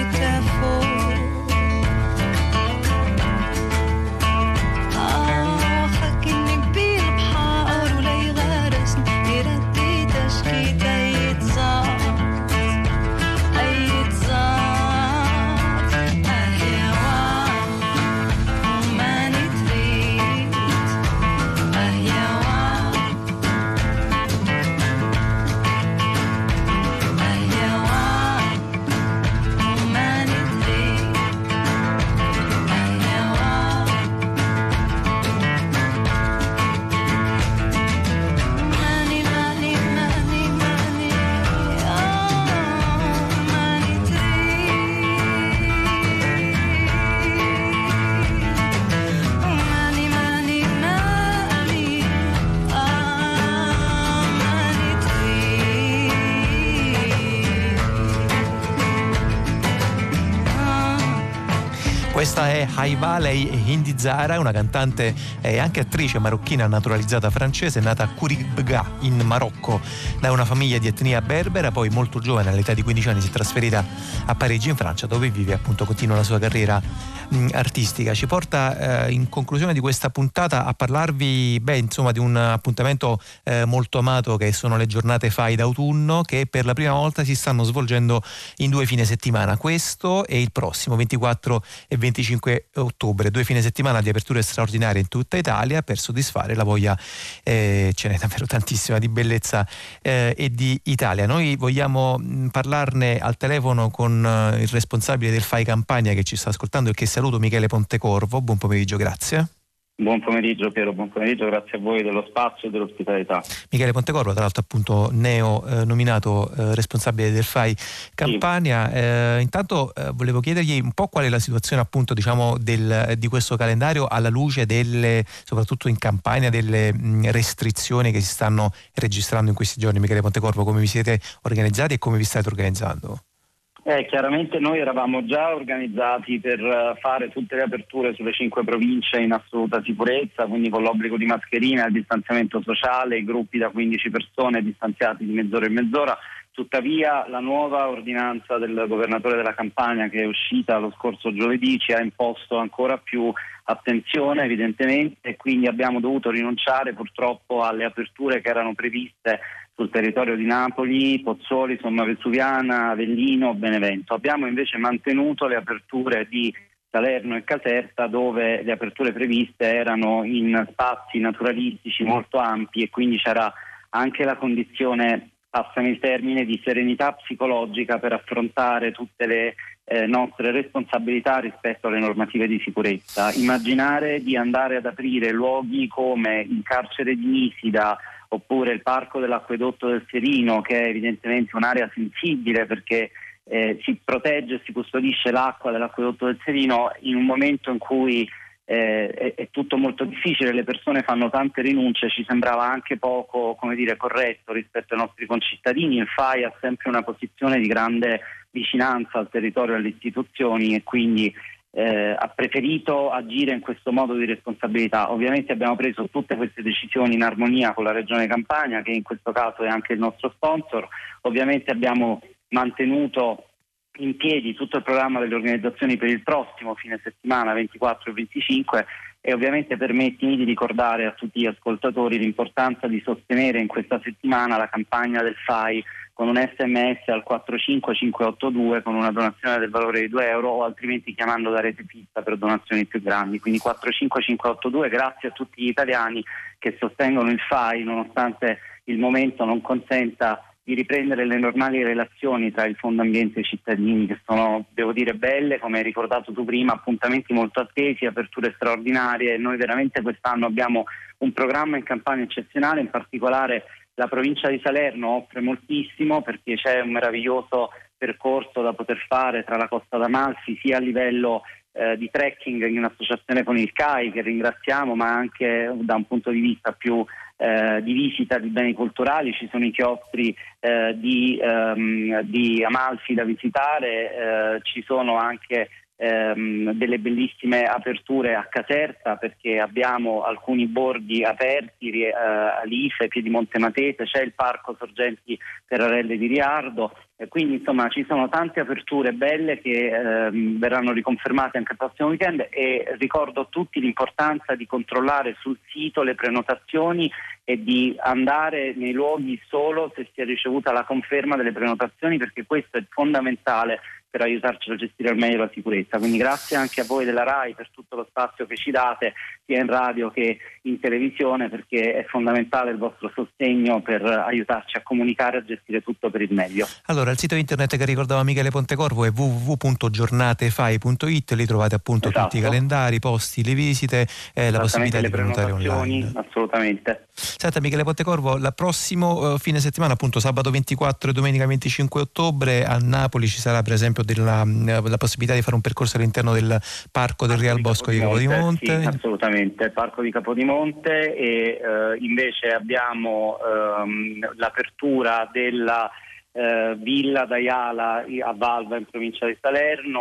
Oh Questa è High Valley e Hindi Zara, una cantante e anche attrice marocchina naturalizzata francese, nata a Kouribga in Marocco da una famiglia di etnia berbera, poi molto giovane, all'età di quindici anni, si è trasferita a Parigi in Francia, dove vive, appunto, continua la sua carriera mh, artistica. Ci porta eh, in conclusione di questa puntata a parlarvi beh, insomma, di un appuntamento eh, molto amato, che sono le giornate Fai d'autunno, che per la prima volta si stanno svolgendo in due fine settimana, questo e il prossimo ventiquattro e venticinque ottobre, due fine settimana di aperture straordinarie in tutta Italia per soddisfare la voglia, eh, ce n'è davvero tantissima, di bellezza eh, e di Italia. Noi vogliamo mh, parlarne al telefono con eh, il responsabile del Fai Campania, che ci sta ascoltando e che saluto, Michele Pontecorvo. Buon pomeriggio, grazie. Buon pomeriggio Piero, buon pomeriggio, grazie a voi dello spazio e dell'ospitalità. Michele Pontecorvo, tra l'altro appunto neo eh, nominato eh, responsabile del Fai Campania. Sì. Eh, intanto eh, volevo chiedergli un po' qual è la situazione, appunto, diciamo del, di questo calendario alla luce delle, soprattutto in Campania, delle mh, restrizioni che si stanno registrando in questi giorni. Michele Pontecorvo, come vi siete organizzati e come vi state organizzando? Eh, chiaramente noi eravamo già organizzati per fare tutte le aperture sulle cinque province in assoluta sicurezza, quindi con l'obbligo di mascherine, il distanziamento sociale, i gruppi da quindici persone distanziati di mezz'ora e mezz'ora. Tuttavia la nuova ordinanza del governatore della Campania, che è uscita lo scorso giovedì, ci ha imposto ancora più attenzione evidentemente, e quindi abbiamo dovuto rinunciare purtroppo alle aperture che erano previste sul territorio di Napoli, Pozzuoli, Somma Vesuviana, Avellino, Benevento. Abbiamo invece mantenuto le aperture di Salerno e Caserta, dove le aperture previste erano in spazi naturalistici molto ampi, e quindi c'era anche la condizione, passami il termine, di serenità psicologica per affrontare tutte le eh, nostre responsabilità rispetto alle normative di sicurezza. Immaginare di andare ad aprire luoghi come il carcere di Nisida oppure il parco dell'acquedotto del Serino, che è evidentemente un'area sensibile perché eh, si protegge e si custodisce l'acqua dell'acquedotto del Serino, in un momento in cui eh, è, è tutto molto difficile, le persone fanno tante rinunce, ci sembrava anche poco, come dire, corretto rispetto ai nostri concittadini. Il Fai ha sempre una posizione di grande vicinanza al territorio e alle istituzioni, e quindi Eh, ha preferito agire in questo modo di responsabilità. Ovviamente abbiamo preso tutte queste decisioni in armonia con la Regione Campania, che in questo caso è anche il nostro sponsor. Ovviamente abbiamo mantenuto in piedi tutto il programma delle organizzazioni per il prossimo fine settimana ventiquattro e venticinque, e ovviamente permettimi di ricordare a tutti gli ascoltatori l'importanza di sostenere in questa settimana la campagna del Fai con un sms al quattro cinque cinque otto due con una donazione del valore di due euro, o altrimenti chiamando da rete fissa per donazioni più grandi. Quindi quattro cinque cinque otto due, grazie a tutti gli italiani che sostengono il Fai nonostante il momento non consenta di riprendere le normali relazioni tra il Fondo Ambiente e i cittadini, che sono, devo dire, belle, come hai ricordato tu prima, appuntamenti molto attesi, aperture straordinarie. Noi veramente quest'anno abbiamo un programma in Campania eccezionale, in particolare la provincia di Salerno offre moltissimo perché c'è un meraviglioso percorso da poter fare tra la Costa d'Amalfi, sia a livello eh, di trekking in associazione con il C A I, che ringraziamo, ma anche da un punto di vista più eh, di visita di beni culturali. Ci sono i chiostri eh, di, ehm, di Amalfi da visitare, eh, ci sono anche Ehm, delle bellissime aperture a Caserta, perché abbiamo alcuni borghi aperti, eh, Alife, Piedimonte Matese, c'è il parco Sorgenti Terrarelle di Riardo, e quindi insomma ci sono tante aperture belle che ehm, verranno riconfermate anche il prossimo weekend. E ricordo a tutti l'importanza di controllare sul sito le prenotazioni e di andare nei luoghi solo se si è ricevuta la conferma delle prenotazioni, perché questo è fondamentale per aiutarci a gestire al meglio la sicurezza. Quindi grazie anche a voi della RAI per tutto lo spazio che ci date, sia in radio che in televisione, perché è fondamentale il vostro sostegno per aiutarci a comunicare e a gestire tutto per il meglio. Allora, il sito internet che ricordava Michele Pontecorvo è w w w punto giornatefai punto it, lì trovate appunto esatto. tutti i calendari, i posti, le visite, eh, la possibilità di prenotare online. Assolutamente. Senta Michele Pontecorvo, il prossimo uh, fine settimana, appunto sabato ventiquattro e domenica venticinque ottobre, a Napoli ci sarà per esempio della, la possibilità di fare un percorso all'interno del parco del Real Bosco di Capodimonte. Sì, assolutamente, parco di Capodimonte, e eh, invece abbiamo ehm, l'apertura della eh, Villa d'Aiala a Valva in provincia di Salerno,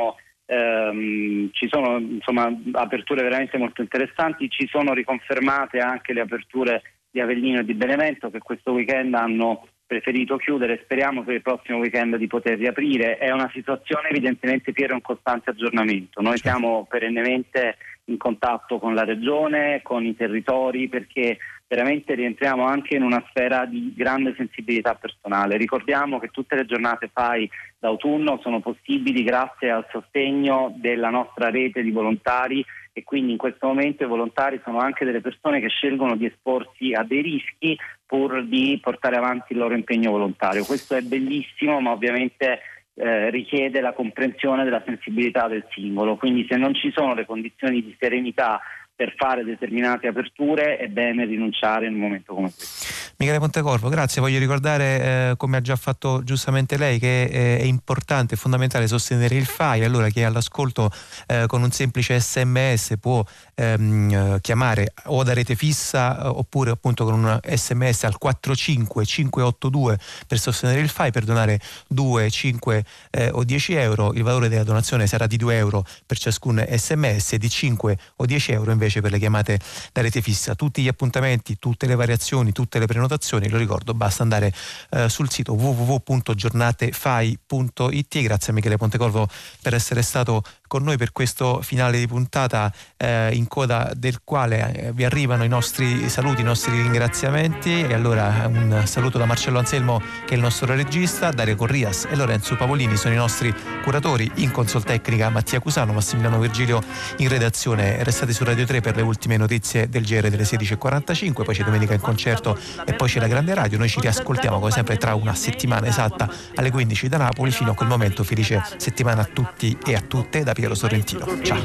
ehm, ci sono insomma aperture veramente molto interessanti, ci sono riconfermate anche le aperture di Avellino e di Benevento, che questo weekend hanno preferito chiudere. Speriamo per il prossimo weekend di poter riaprire. È una situazione evidentemente, Piero, in costante aggiornamento. Noi siamo perennemente in contatto con la regione, con i territori, perché veramente rientriamo anche in una sfera di grande sensibilità personale. Ricordiamo che tutte le giornate F A I d'autunno sono possibili grazie al sostegno della nostra rete di volontari, e quindi in questo momento i volontari sono anche delle persone che scelgono di esporsi a dei rischi pur di portare avanti il loro impegno volontario. Questo è bellissimo, ma ovviamente eh, richiede la comprensione della sensibilità del singolo. Quindi se non ci sono le condizioni di serenità per fare determinate aperture è bene rinunciare in un momento come questo. Michele Pontecorvo, grazie. Voglio ricordare, eh, come ha già fatto giustamente lei, che eh, è importante, è fondamentale sostenere il F A I. Allora chi è all'ascolto eh, con un semplice sms può ehm, chiamare o da rete fissa eh, oppure appunto con un sms al quattro cinque cinque otto due per sostenere il F A I, per donare due, cinque eh, o dieci euro. Il valore della donazione sarà di due euro per ciascun sms e di cinque o dieci euro invece per le chiamate da rete fissa. Tutti gli appuntamenti, tutte le variazioni, tutte le prenotazioni, lo ricordo, basta andare eh, sul sito w w w punto giornatefai punto i t. Grazie a Michele Pontecorvo per essere stato con noi per questo finale di puntata, eh, in coda del quale eh, vi arrivano i nostri saluti, i nostri ringraziamenti. E allora un saluto da Marcello Anselmo, che è il nostro regista, Dario Corrias e Lorenzo Pavolini sono i nostri curatori, in consol tecnica Mattia Cusano, Massimiliano Virgilio in redazione. Restate su Radio tre per le ultime notizie del G R delle sedici e quarantacinque, poi c'è Domenica in Concerto e poi c'è la Grande Radio. Noi ci riascoltiamo come sempre tra una settimana esatta alle quindici da Napoli. Fino a quel momento felice settimana a tutti e a tutte da Piero Sorrentino. Ciao.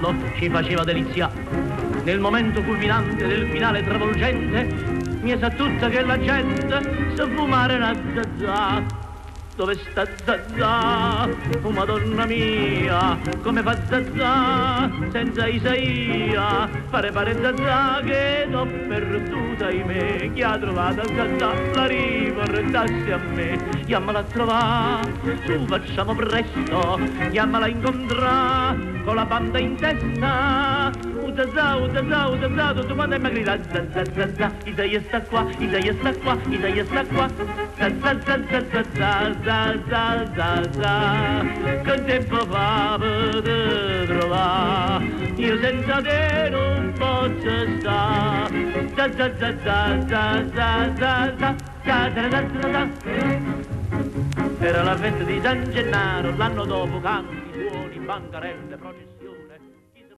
Ci faceva delizia nel momento culminante del finale travolgente. Mi sa tutta che la gente sa fumare una zazza. Dove sta Zazà? Oh Madonna mia, come fa Zazà senza Isaia? Pare pare Zazà che l'ho perduta in me. Chi ha trovato Zazà la riportassi a me. Chiamala a trovare, su facciamo presto. Chiamala a incontrare con la banda in testa. Oh Zazà, oh Zazà, oh Zazà, tutto quanto è magrita. Zazà, Zazà, Isaia sta qua, Isaia sta qua, Isaia sta qua. Zazà, Zazà, Zazà, za za za za, che tempo fa per trovare, io senza te non posso stare. Za za za za za za za za za za za za. Era la festa di San Gennaro, l'anno dopo canti, suoni, bancarelle, processioni.